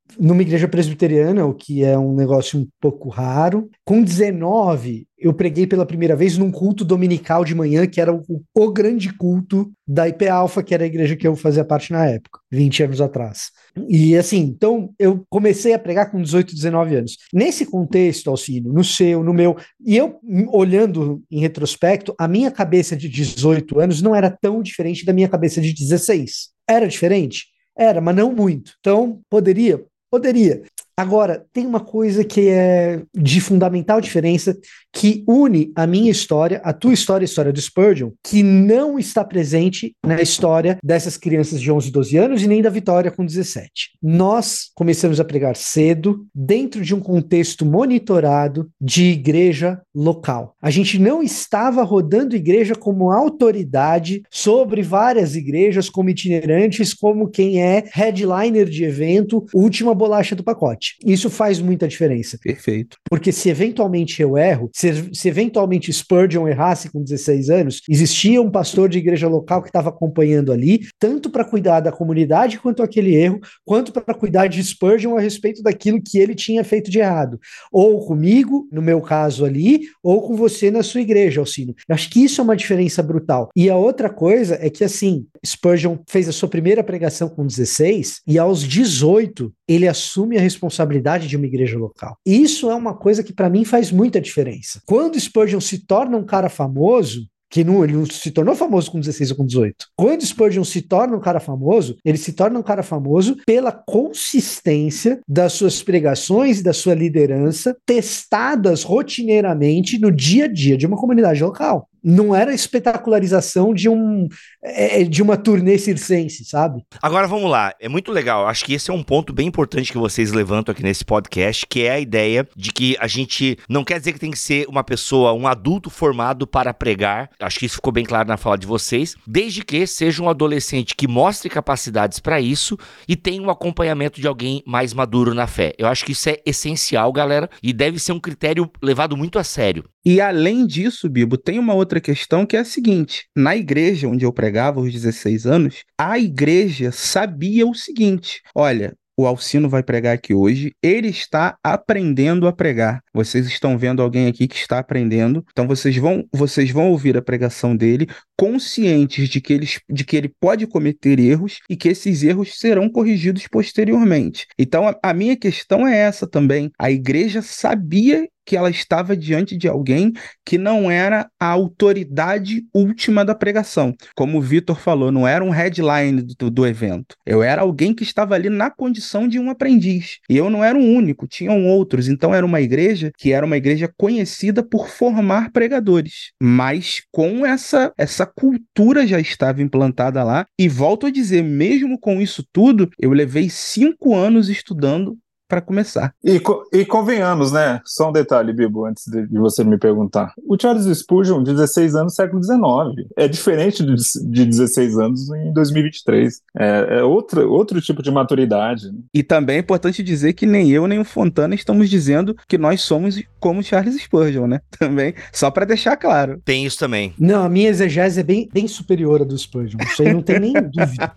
numa igreja presbiteriana, o que é um negócio um pouco raro. Com dezenove, eu preguei pela primeira vez num culto dominical de manhã, que era o, o grande culto da I P Alpha, que era a igreja que eu fazia parte na época, vinte anos atrás. E assim, então eu comecei a pregar com dezoito, dezenove anos. Nesse contexto, Alcino, no seu, no meu, e eu olhando em retrospecto, a minha cabeça de dezoito anos não era tão diferente da minha cabeça de dezesseis. Era diferente? Era, mas não muito. Então, poderia? Poderia. Agora, tem uma coisa que é de fundamental diferença, que une a minha história, a tua história e a história do Spurgeon, que não está presente na história dessas crianças de onze, doze anos e nem da Vitória com dezessete. Nós começamos a pregar cedo, dentro de um contexto monitorado de igreja local. A gente não estava rodando igreja como autoridade sobre várias igrejas, como itinerantes, como quem é headliner de evento, última bolacha do pacote. Isso faz muita diferença. Perfeito. Porque se eventualmente eu erro, se, se eventualmente Spurgeon errasse com dezesseis anos, existia um pastor de igreja local que estava acompanhando ali, tanto para cuidar da comunidade quanto aquele erro, quanto para cuidar de Spurgeon a respeito daquilo que ele tinha feito de errado. Ou comigo, no meu caso ali, ou com você na sua igreja, Alcino. Eu acho que isso é uma diferença brutal. E a outra coisa é que, assim, Spurgeon fez a sua primeira pregação com dezesseis e aos dezoito ele assume a responsabilidade de uma igreja local. Isso é uma coisa que para mim faz muita diferença. Quando Spurgeon se torna um cara famoso, que não, ele não se tornou famoso com dezesseis ou com dezoito. Quando Spurgeon se torna um cara famoso, ele se torna um cara famoso pela consistência das suas pregações e da sua liderança testadas rotineiramente no dia a dia de uma comunidade local. Não era a espetacularização de, um, é, de uma turnê circense, sabe? Agora vamos lá, é muito legal, acho que esse é um ponto bem importante que vocês levantam aqui nesse podcast, que é a ideia de que a gente não quer dizer que tem que ser uma pessoa, um adulto formado para pregar, acho que isso ficou bem claro na fala de vocês, desde que seja um adolescente que mostre capacidades para isso e tenha um acompanhamento de alguém mais maduro na fé. Eu acho que isso é essencial, galera, e deve ser um critério levado muito a sério. E além disso, Bibo, tem uma outra questão que é a seguinte: na igreja onde eu pregava aos dezesseis anos, a igreja sabia o seguinte: olha, o Alcino vai pregar aqui hoje, ele está aprendendo a pregar. Vocês estão vendo alguém aqui que está aprendendo, então vocês vão, vocês vão ouvir a pregação dele, conscientes de que, eles, de que ele pode cometer erros e que esses erros serão corrigidos posteriormente. Então a, a minha questão é essa também. A igreja sabia que ela estava diante de alguém que não era a autoridade última da pregação. Como o Vitor falou, não era um headline do, do evento. Eu era alguém que estava ali na condição de um aprendiz. E eu não era o único, tinham outros. Então era uma igreja que era uma igreja conhecida por formar pregadores. Mas com essa, essa cultura já estava implantada lá. E volto a dizer, mesmo com isso tudo, eu levei cinco anos estudando para começar. E, e convenhamos, né? Só um detalhe, Bibo, antes de, de você me perguntar. O Charles Spurgeon, dezesseis anos, século dezenove. É diferente de, de dezesseis anos em dois mil e vinte e três. É, é outra, outro tipo de maturidade. E também é importante dizer que nem eu, nem o Fontana estamos dizendo que nós somos como Charles Spurgeon, né? Também, só para deixar claro. Tem isso também. Não, a minha exegese é bem, bem superior à do Spurgeon. Isso aí não tem nem dúvida.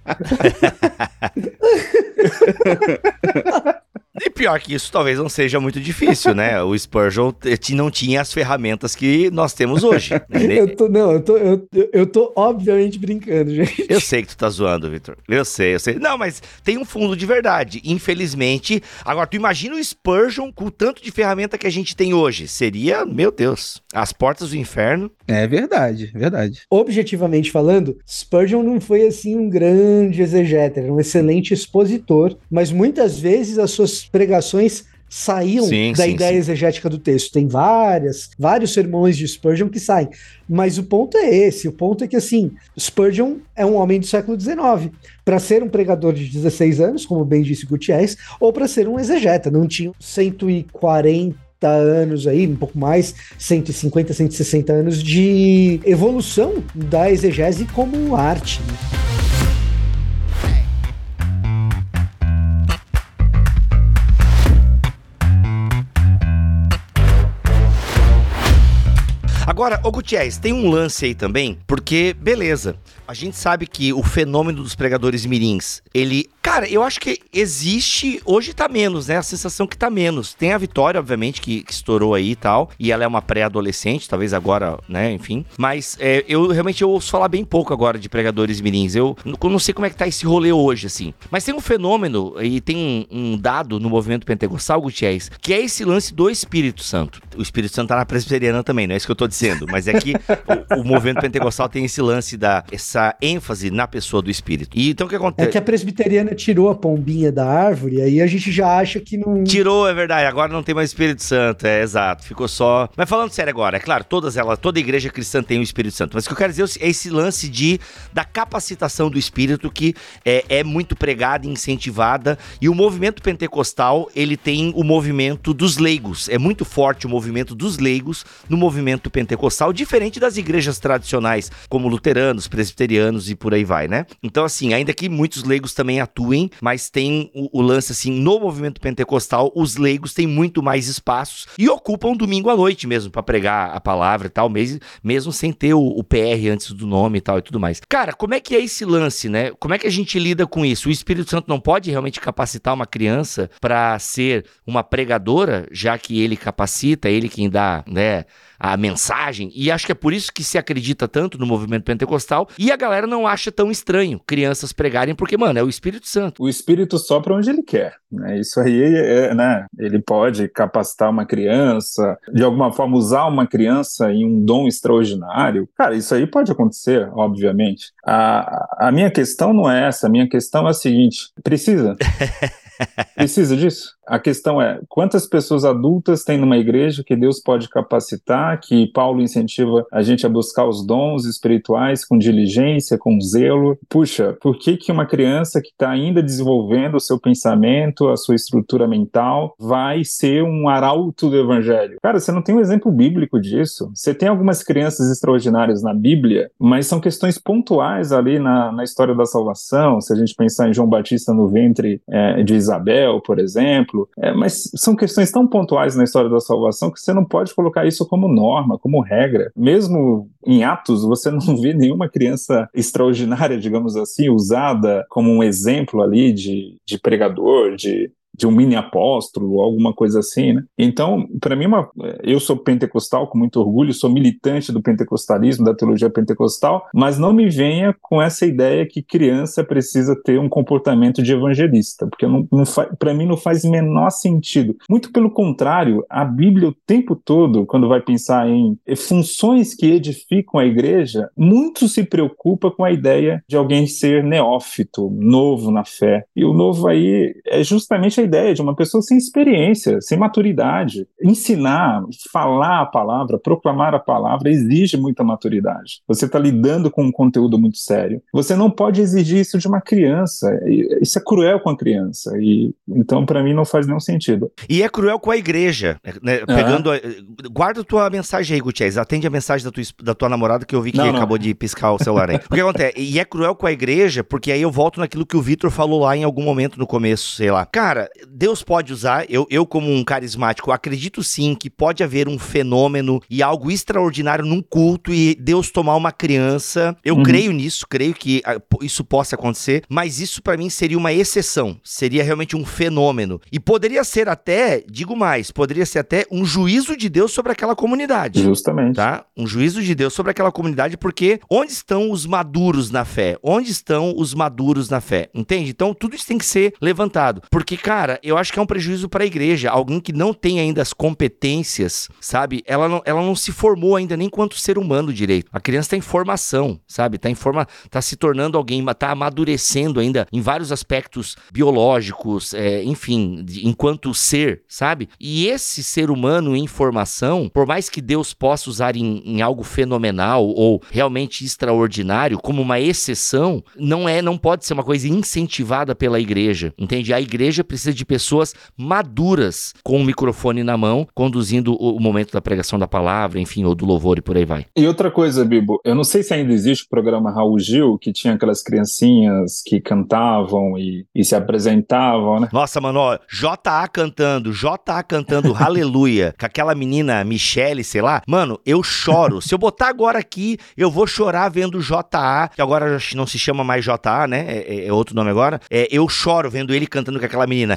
E pior que isso, talvez não seja muito difícil, né? O Spurgeon não tinha as ferramentas que nós temos hoje. Né? Eu tô, não, eu tô, eu, eu tô obviamente brincando, gente. Eu sei que tu tá zoando, Vitor. Eu sei, eu sei. Não, mas tem um fundo de verdade. Infelizmente, agora tu imagina o Spurgeon com o tanto de ferramenta que a gente tem hoje. Seria, meu Deus, as portas do inferno. É verdade, verdade. Objetivamente falando, Spurgeon não foi assim um grande exegeta, era um excelente expositor, mas muitas vezes as suas pregações saíam sim, da sim, ideia sim. exegética do texto. Tem várias, vários sermões de Spurgeon que saem. Mas o ponto é esse, o ponto é que, assim, Spurgeon é um homem do século dezenove. Para ser um pregador de dezesseis anos, como bem disse Gutiérrez, ou para ser um exegeta. Não tinha cento e quarenta anos aí, um pouco mais, cento e cinquenta, cento e sessenta anos de evolução da exegese como arte, né? Agora, Agora, ô Gutierrez, tem um lance aí também, porque, beleza, a gente sabe que o fenômeno dos pregadores mirins, ele... Cara, eu acho que existe, hoje tá menos, né? A sensação que tá menos. Tem a Vitória, obviamente, que, que estourou aí e tal, e ela é uma pré-adolescente, talvez agora, né, enfim. Mas é, eu realmente eu ouço falar bem pouco agora de pregadores mirins. Eu, eu não sei como é que tá esse rolê hoje, assim. Mas tem um fenômeno, e tem um, um dado no movimento pentecostal, Gutierrez, que é esse lance do Espírito Santo. O Espírito Santo tá na presbiteriana também, não é isso que eu tô dizendo, mas é que o, o movimento pentecostal tem esse lance, da, essa ênfase na pessoa do Espírito. E então o que acontece? É que a presbiteriana tirou a pombinha da árvore, aí a gente já acha que não... Tirou, é verdade, agora não tem mais Espírito Santo, é exato, ficou só... Mas falando sério agora, é claro, todas elas, toda igreja cristã tem o Espírito Santo, mas o que eu quero dizer é esse lance de, da capacitação do Espírito que é, é muito pregada e incentivada, e o movimento pentecostal, ele tem o movimento dos leigos, é muito forte o movimento dos leigos no movimento pentecostal, diferente das igrejas tradicionais, como luteranos, presbiterianos e por aí vai, né? Então assim, ainda que muitos leigos também atuem, mas tem o, o lance assim, no movimento pentecostal, os leigos têm muito mais espaços e ocupam domingo à noite mesmo para pregar a palavra e tal, mesmo, mesmo sem ter o, o P R antes do nome e tal e tudo mais. Cara, como é que é esse lance, né? Como é que a gente lida com isso? O Espírito Santo não pode realmente capacitar uma criança para ser uma pregadora, já que ele capacita, ele quem dá, né, a mensagem, e acho que é por isso que se acredita tanto no movimento pentecostal, e a galera não acha tão estranho crianças pregarem, porque, mano, é o Espírito Santo. O Espírito sopra onde ele quer, né? Isso aí, é, né? Ele pode capacitar uma criança, de alguma forma usar uma criança em um dom extraordinário. Cara, isso aí pode acontecer, obviamente. A, a minha questão não é essa, a minha questão é a seguinte, precisa? Precisa disso? A questão é, quantas pessoas adultas tem numa igreja que Deus pode capacitar, que Paulo incentiva a gente a buscar os dons espirituais com diligência, com zelo? Puxa, por que que uma criança que está ainda desenvolvendo o seu pensamento, a sua estrutura mental, vai ser um arauto do evangelho? Cara, você não tem um exemplo bíblico disso. Você tem algumas crianças extraordinárias na Bíblia, mas são questões pontuais ali na, na história da salvação. Se a gente pensar em João Batista no ventre é, de Isabel, por exemplo, É, mas são questões tão pontuais na história da salvação que você não pode colocar isso como norma, como regra. Mesmo em Atos, você não vê nenhuma criança extraordinária, digamos assim, usada como um exemplo ali de, de pregador, de... de um mini apóstolo, alguma coisa assim, né? Então, para mim, uma, eu sou pentecostal com muito orgulho, sou militante do pentecostalismo, da teologia pentecostal, mas não me venha com essa ideia que criança precisa ter um comportamento de evangelista, porque não, não para mim não faz menor sentido. Muito pelo contrário, a Bíblia o tempo todo, quando vai pensar em funções que edificam a igreja, muito se preocupa com a ideia de alguém ser neófito, novo na fé. E o novo aí é justamente a ideia de uma pessoa sem experiência, sem maturidade. Ensinar, falar a palavra, proclamar a palavra exige muita maturidade. Você está lidando com um conteúdo muito sério. Você não pode exigir isso de uma criança. Isso é cruel com a criança. E, então, para mim, não faz nenhum sentido. E é cruel com a igreja. Né? Pegando, ah. a... Guarda a tua mensagem aí, Gutierrez. Atende a mensagem da tua, da tua namorada, que eu vi que não, acabou não. de piscar o celular aí. O que acontece? E é cruel com a igreja, porque aí eu volto naquilo que o Vitor falou lá em algum momento no começo, sei lá. Cara, Deus pode usar, eu, eu como um carismático, acredito sim que pode haver um fenômeno e algo extraordinário num culto e Deus tomar uma criança. Eu uhum. creio nisso, creio que isso possa acontecer, mas isso pra mim seria uma exceção, seria realmente um fenômeno. E poderia ser até, digo mais, poderia ser até um juízo de Deus sobre aquela comunidade. Justamente. Tá? Um juízo de Deus sobre aquela comunidade, porque onde estão os maduros na fé? Onde estão os maduros na fé? Entende? Então tudo isso tem que ser levantado, porque, cara, eu acho que é um prejuízo para a igreja. Alguém que não tem ainda as competências, sabe? Ela não, ela não se formou ainda nem quanto ser humano direito. A criança está em formação, sabe? Está em forma, tá se tornando alguém, está amadurecendo ainda em vários aspectos biológicos, é, enfim, de, enquanto ser, sabe? E esse ser humano em formação, por mais que Deus possa usar em, em algo fenomenal ou realmente extraordinário, como uma exceção, não é, não pode ser uma coisa incentivada pela igreja, entende? A igreja precisa precisa de pessoas maduras com o microfone na mão, conduzindo o, o momento da pregação da palavra, enfim, ou do louvor e por aí vai. E outra coisa, Bibo, eu não sei se ainda existe o programa Raul Gil, que tinha aquelas criancinhas que cantavam e, e se apresentavam, né? Nossa, mano, ó, J A cantando, J A cantando Aleluia, com aquela menina Michele, sei lá, mano, eu choro. Se eu botar agora aqui, eu vou chorar vendo J A, que agora não se chama mais J A, né? É, é outro nome agora. É, eu choro vendo ele cantando com aquela menina.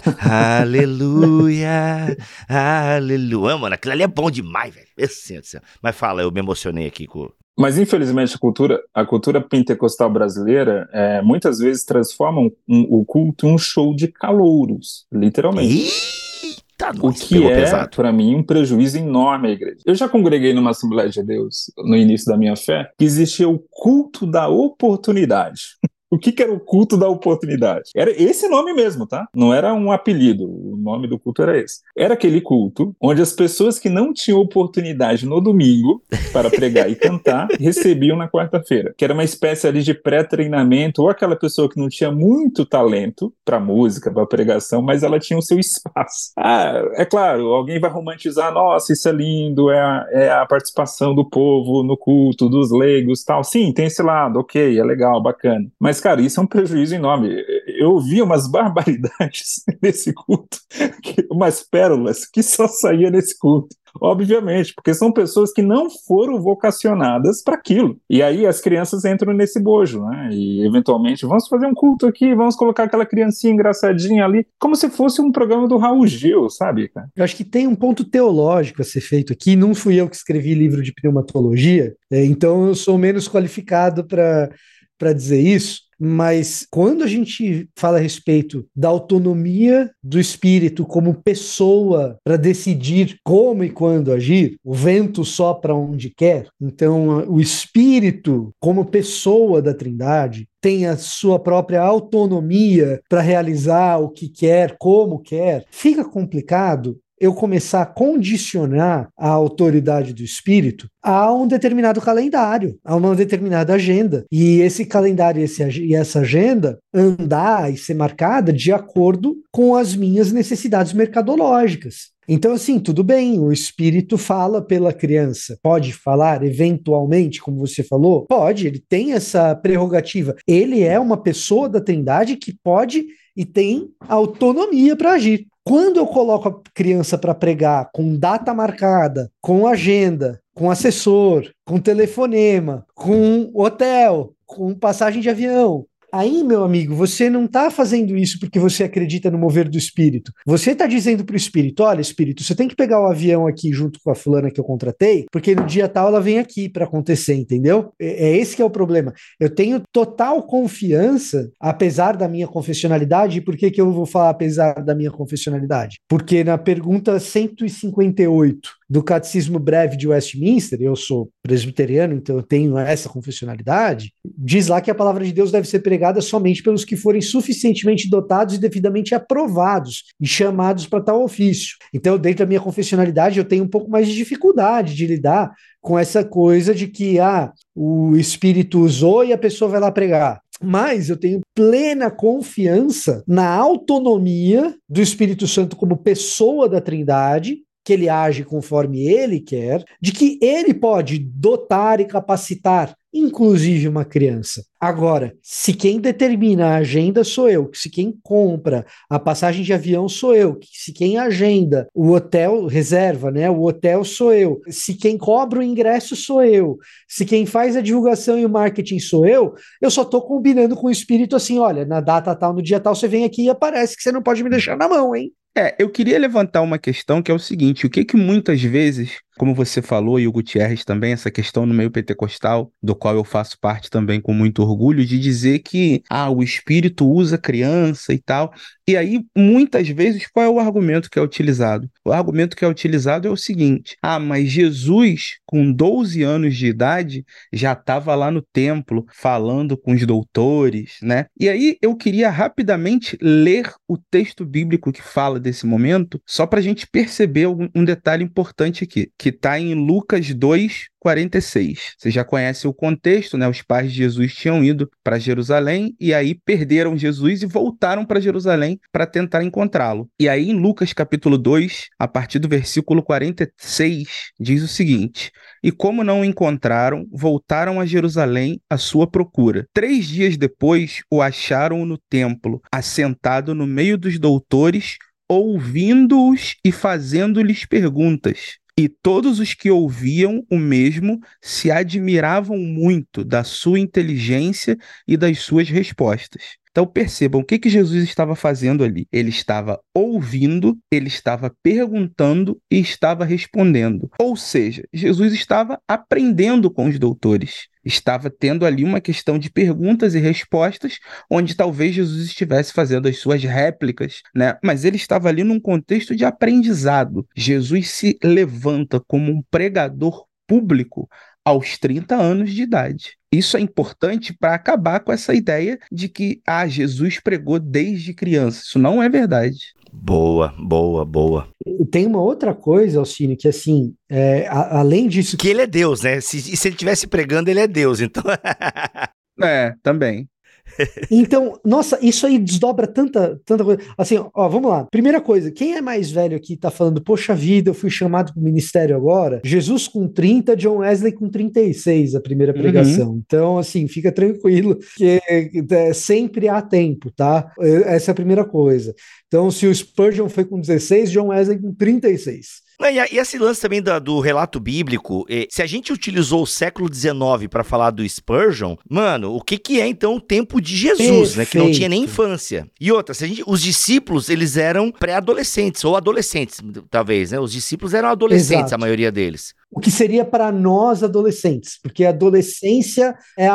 Aleluia, aleluia. Mano, aquilo ali é bom demais, velho. Meu Deus do céu. Mas fala, eu me emocionei aqui com... Mas, infelizmente, a cultura, a cultura pentecostal brasileira é, muitas vezes transforma um, um, o culto em um show de calouros, literalmente. Eita, o nossa, que é, para mim, um prejuízo enorme à igreja. Eu já congreguei numa Assembleia de Deus, no início da minha fé, que existia o culto da oportunidade. O que, que era o culto da oportunidade? Era esse nome mesmo, tá? Não era um apelido, o nome do culto era esse. Era aquele culto onde as pessoas que não tinham oportunidade no domingo para pregar e cantar, recebiam na quarta-feira. Que era uma espécie ali de pré-treinamento, ou aquela pessoa que não tinha muito talento para música, para pregação, mas ela tinha o seu espaço. Ah, é claro, alguém vai romantizar, nossa, isso é lindo, é a, é a participação do povo no culto, dos leigos, tal. Sim, tem esse lado, ok, é legal, bacana. Mas cara, isso é um prejuízo enorme. Eu ouvi umas barbaridades nesse culto, umas pérolas que só saía nesse culto. Obviamente, porque são pessoas que não foram vocacionadas para aquilo. E aí as crianças entram nesse bojo, né? E eventualmente, vamos fazer um culto aqui, vamos colocar aquela criancinha engraçadinha ali, como se fosse um programa do Raul Gil, sabe, cara? Eu acho que tem um ponto teológico a ser feito aqui. Não fui eu que escrevi livro de pneumatologia, então eu sou menos qualificado para para dizer isso, mas quando a gente fala a respeito da autonomia do espírito como pessoa para decidir como e quando agir, o vento sopra onde quer, então o espírito como pessoa da Trindade tem a sua própria autonomia para realizar o que quer, como quer, fica complicado eu começar a condicionar a autoridade do espírito a um determinado calendário, a uma determinada agenda. E esse calendário e, esse, e essa agenda andar e ser marcada de acordo com as minhas necessidades mercadológicas. Então, assim, tudo bem, o espírito fala pela criança. Pode falar, eventualmente, como você falou? Pode, ele tem essa prerrogativa. Ele é uma pessoa da Trindade que pode e tem autonomia para agir. Quando eu coloco a criança para pregar com data marcada, com agenda, com assessor, com telefonema, com hotel, com passagem de avião, aí, meu amigo, você não está fazendo isso porque você acredita no mover do espírito. Você está dizendo para o espírito, olha, espírito, você tem que pegar o avião aqui junto com a fulana que eu contratei, porque no dia tal ela vem aqui para acontecer, entendeu? É, é esse que é o problema. Eu tenho total confiança, apesar da minha confessionalidade. E por que que eu vou falar apesar da minha confessionalidade? Porque na pergunta cento e cinquenta e oito do Catecismo Breve de Westminster, eu sou presbiteriano, então eu tenho essa confessionalidade, diz lá que a palavra de Deus deve ser pregada somente pelos que forem suficientemente dotados e devidamente aprovados e chamados para tal ofício. Então, dentro da minha confessionalidade, eu tenho um pouco mais de dificuldade de lidar com essa coisa de que ah, o Espírito usou e a pessoa vai lá pregar. Mas eu tenho plena confiança na autonomia do Espírito Santo como pessoa da Trindade, que ele age conforme ele quer, de que ele pode dotar e capacitar, inclusive uma criança. Agora, se quem determina a agenda sou eu, se quem compra a passagem de avião sou eu, se quem agenda o hotel, reserva, né, o hotel sou eu, se quem cobra o ingresso sou eu, se quem faz a divulgação e o marketing sou eu, eu só estou combinando com o espírito assim, olha, na data tal, no dia tal, você vem aqui e aparece que você não pode me deixar na mão, hein? É, eu queria levantar uma questão que é o seguinte, o que que muitas vezes, como você falou, e o Gutierrez também, essa questão no meio pentecostal, do qual eu faço parte também com muito orgulho, de dizer que, ah, o Espírito usa criança e tal, e aí, muitas vezes, qual é o argumento que é utilizado? O argumento que é utilizado é o seguinte, ah, mas Jesus, com doze anos de idade, já estava lá no templo, falando com os doutores, né? E aí, eu queria rapidamente ler o texto bíblico que fala desse momento, só para a gente perceber um detalhe importante aqui, que está em Lucas dois, quarenta e seis. Você já conhece o contexto, né? Os pais de Jesus tinham ido para Jerusalém e aí perderam Jesus e voltaram para Jerusalém para tentar encontrá-lo. E aí em Lucas capítulo dois, a partir do versículo quarenta e seis, diz o seguinte: e como não o encontraram, voltaram a Jerusalém à sua procura. Três dias depois, o acharam no templo, assentado no meio dos doutores, ouvindo-os e fazendo-lhes perguntas. E todos os que ouviam o mesmo se admiravam muito da sua inteligência e das suas respostas. Então percebam o que, que Jesus estava fazendo ali. Ele estava ouvindo, ele estava perguntando e estava respondendo. Ou seja, Jesus estava aprendendo com os doutores. Estava tendo ali uma questão de perguntas e respostas, onde talvez Jesus estivesse fazendo as suas réplicas, né? Mas ele estava ali num contexto de aprendizado. Jesus se levanta como um pregador público aos trinta anos de idade. Isso é importante para acabar com essa ideia de que ah, Jesus pregou desde criança. Isso não é verdade. Boa, boa, boa. Tem uma outra coisa, Alcine, que assim, é, a, além disso... Que ele é Deus, né? Se, se ele estivesse pregando, ele é Deus, então... É, também. Então, nossa, isso aí desdobra tanta, tanta coisa. Assim, ó, vamos lá. Primeira coisa, quem é mais velho aqui tá falando, poxa vida, eu fui chamado pro ministério agora? Jesus com trinta, John Wesley com trinta e seis, a primeira pregação. Uhum. Então, assim, fica tranquilo, que é, sempre há tempo, tá? Essa é a primeira coisa. Então, se o Spurgeon foi com dezesseis, John Wesley com trinta e seis. E esse lance também do, do relato bíblico, se a gente utilizou o século dezenove para falar do Spurgeon, mano, o que que é então o tempo de Jesus, Perfeito. Né? Que não tinha nem infância. E outra, se a gente, os discípulos, eles eram pré-adolescentes, ou adolescentes, talvez, né? Os discípulos eram adolescentes, Exato. A maioria deles. O que seria para nós adolescentes, porque a adolescência é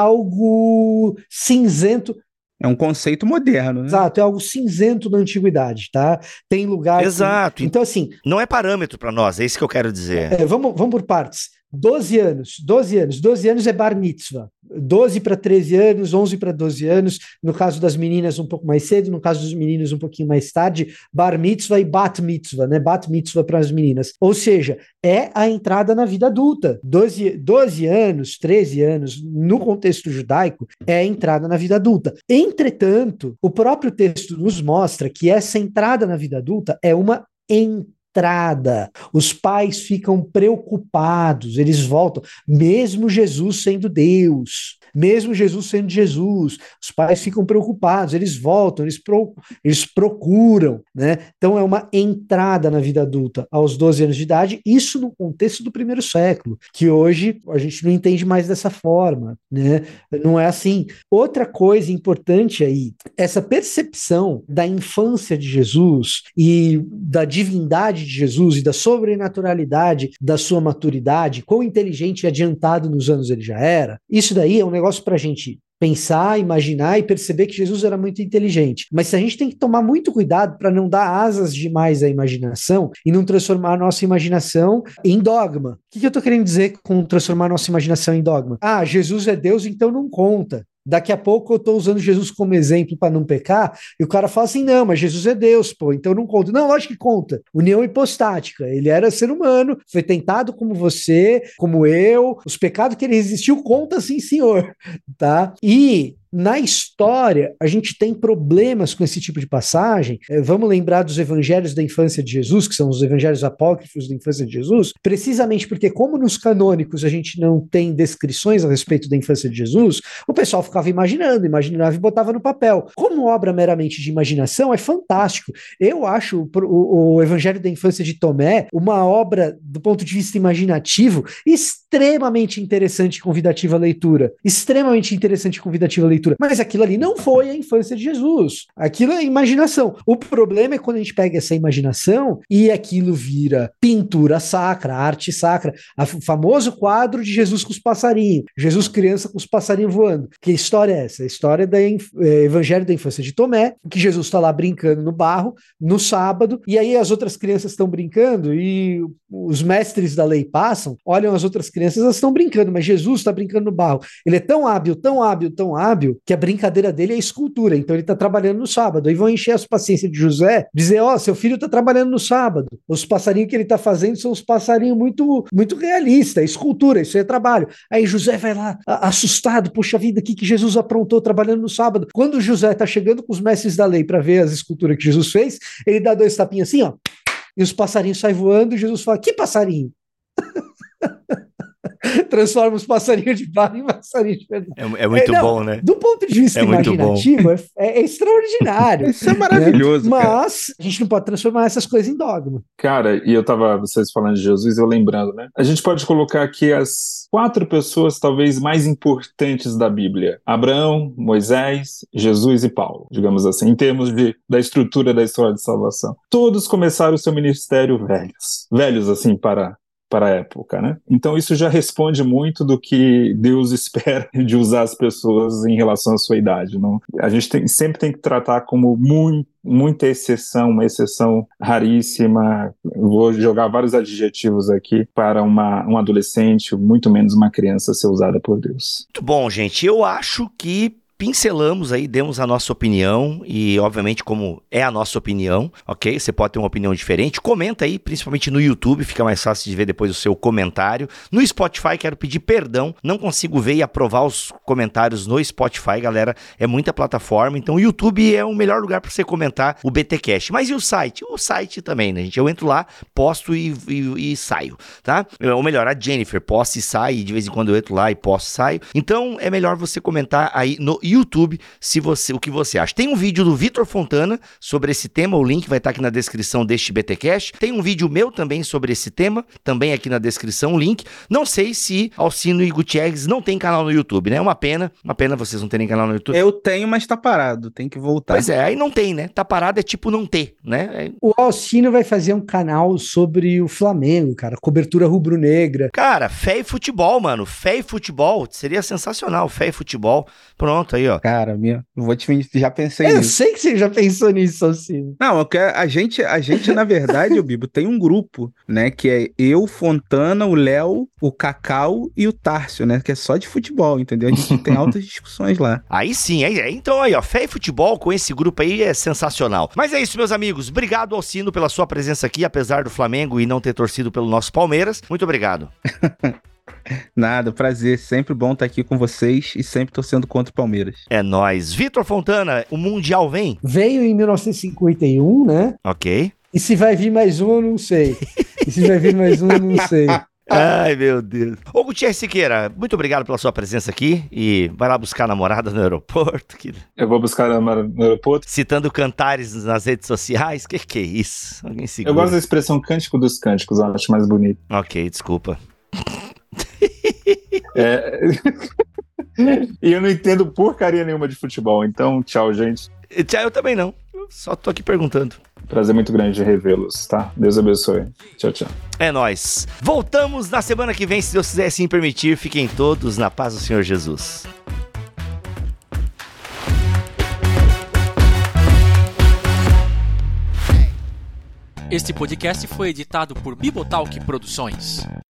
algo cinzento. É um conceito moderno, né? Exato, é algo cinzento na antiguidade, tá? Tem lugar... Exato. Que... Então, assim... Não é parâmetro para nós, é isso que eu quero dizer. É, vamos, vamos por partes. doze anos, doze anos, doze anos é bar mitzvah. doze para treze anos, onze para doze anos, no caso das meninas um pouco mais cedo, no caso dos meninos um pouquinho mais tarde, bar mitzvah e bat mitzvah, né? Bat mitzvah para as meninas. Ou seja, é a entrada na vida adulta. doze, doze anos, treze anos, no contexto judaico, é a entrada na vida adulta. Entretanto, o próprio texto nos mostra que essa entrada na vida adulta é uma entrada. Entrada. Os pais ficam preocupados, eles voltam, mesmo Jesus sendo Deus, mesmo Jesus sendo Jesus, os pais ficam preocupados, eles voltam, eles, pro, eles procuram, né? Então é uma entrada na vida adulta aos doze anos de idade, isso no contexto do primeiro século, que hoje a gente não entende mais dessa forma, né? Não é assim. Outra coisa importante aí, essa percepção da infância de Jesus e da divindade de Jesus e da sobrenaturalidade da sua maturidade, quão inteligente e adiantado nos anos ele já era, isso daí é um negócio para a gente pensar, imaginar e perceber que Jesus era muito inteligente. Mas a gente tem que tomar muito cuidado para não dar asas demais à imaginação e não transformar a nossa imaginação em dogma. O que, que eu estou querendo dizer com transformar a nossa imaginação em dogma? Ah, Jesus é Deus, então não conta. Daqui a pouco eu estou usando Jesus como exemplo para não pecar, e o cara fala assim, não, mas Jesus é Deus, pô, então não conta. Não, lógico que conta. União hipostática. Ele era ser humano, foi tentado como você, como eu, os pecados que ele resistiu, conta sim, senhor, tá? E na história, a gente tem problemas com esse tipo de passagem. É, vamos lembrar dos evangelhos da infância de Jesus, que são os evangelhos apócrifos da infância de Jesus, precisamente porque, como nos canônicos a gente não tem descrições a respeito da infância de Jesus, o pessoal ficava imaginando, imaginava e botava no papel. Como obra meramente de imaginação, é fantástico. Eu acho o, o, o evangelho da infância de Tomé uma obra, do ponto de vista imaginativo, extremamente interessante e convidativa à leitura. Extremamente interessante e convidativa à leitura. Mas aquilo ali não foi a infância de Jesus. Aquilo é imaginação. O problema é quando a gente pega essa imaginação e aquilo vira pintura sacra, arte sacra. O famoso quadro de Jesus com os passarinhos. Jesus criança com os passarinhos voando. Que história é essa? A história do é, Evangelho da Infância de Tomé, que Jesus está lá brincando no barro, no sábado, e aí as outras crianças estão brincando e os mestres da lei passam, olham as outras crianças, elas estão brincando, mas Jesus está brincando no barro. Ele é tão hábil, tão hábil, tão hábil, filho, que a brincadeira dele é escultura, então ele tá trabalhando no sábado. Aí vão encher as paciências de José, dizer, ó, oh, seu filho tá trabalhando no sábado. Os passarinhos que ele tá fazendo são os passarinhos muito, muito realistas, escultura, isso é trabalho. Aí José vai lá, a, assustado, poxa vida, o que, que Jesus aprontou trabalhando no sábado? Quando José tá chegando com os mestres da lei para ver as esculturas que Jesus fez, ele dá dois tapinhas assim, ó, e os passarinhos saem voando, e Jesus fala, que passarinho? Transforma os passarinhos de barro em passarinhos de verdade. É, é muito é, não, bom, né? Do ponto de vista é imaginativo, é, é, é extraordinário. Isso é maravilhoso, né? Mas a gente não pode transformar essas coisas em dogma. Cara, e eu tava, vocês falando de Jesus, eu lembrando, né? A gente pode colocar aqui as quatro pessoas talvez mais importantes da Bíblia. Abraão, Moisés, Jesus e Paulo, digamos assim, em termos de, da estrutura da história de salvação. Todos começaram o seu ministério velhos. Velhos, assim, para... para a época, né? Então isso já responde muito do que Deus espera de usar as pessoas em relação à sua idade, não? A gente tem, sempre tem que tratar como muito, muita exceção, uma exceção raríssima. Vou jogar vários adjetivos aqui para uma, um adolescente, muito menos uma criança ser usada por Deus. Muito bom, gente. Eu acho que pincelamos aí, demos a nossa opinião e, obviamente, como é a nossa opinião, ok? Você pode ter uma opinião diferente. Comenta aí, principalmente no YouTube, fica mais fácil de ver depois o seu comentário. No Spotify, quero pedir perdão, não consigo ver e aprovar os comentários no Spotify, galera. É muita plataforma, então o YouTube é o melhor lugar para você comentar o BTcast. Mas e o site? O site também, né, gente? Eu entro lá, posto e, e, e saio, tá? Ou melhor, a Jennifer posta e sai, e de vez em quando eu entro lá e posto e saio. Então, é melhor você comentar aí no YouTube, se você, o que você acha. Tem um vídeo do Vitor Fontana sobre esse tema, o link vai estar aqui na descrição deste BTcast. Tem um vídeo meu também sobre esse tema, também aqui na descrição, o link. Não sei se Alcino e Gutierrez não tem canal no YouTube, né? É uma pena, uma pena vocês não terem canal no YouTube. Eu tenho, mas tá parado, tem que voltar. Pois é, aí não tem, né? Tá parado é tipo não ter, né? É... O Alcino vai fazer um canal sobre o Flamengo, cara, cobertura rubro-negra. Cara, fé e futebol, mano, fé e futebol, seria sensacional, fé e futebol. Pronto, aí, ó. Cara, minha, vou te já pensei eu nisso. Eu sei que você já pensou nisso, Alcino. Não, a gente, a gente na verdade, o Bibo, tem um grupo, né, que é eu, Fontana, o Léo, o Cacau e o Tárcio, né, que é só de futebol, entendeu? A gente tem altas discussões lá. Aí sim, aí, então aí, ó, fé e futebol com esse grupo aí é sensacional. Mas é isso, meus amigos, obrigado, Alcino, pela sua presença aqui, apesar do Flamengo e não ter torcido pelo nosso Palmeiras. Muito obrigado. Nada, prazer, sempre bom estar aqui com vocês e sempre torcendo contra o Palmeiras. É nóis. Vitor Fontana, o Mundial vem? Veio em mil novecentos e cinquenta e um, né? Ok. E se vai vir mais um, eu não sei. E se vai vir mais um, eu não sei. Ai, meu Deus. Ô, Gutierrez Siqueira, muito obrigado pela sua presença aqui e vai lá buscar a namorada no aeroporto. Que... Eu vou buscar a namorada no aeroporto. Citando cantares nas redes sociais, que que é isso? Alguém segura. Eu gosto da expressão cântico dos cânticos, eu acho mais bonito. Ok, desculpa. É... E eu não entendo porcaria nenhuma de futebol, então tchau, gente. Tchau, eu também não. Eu só tô aqui perguntando. Prazer muito grande revê-los, tá? Deus abençoe. Tchau, tchau. É nóis. Voltamos na semana que vem, se Deus quiser assim permitir. Fiquem todos na paz do Senhor Jesus. Este podcast foi editado por Bibotalk Produções.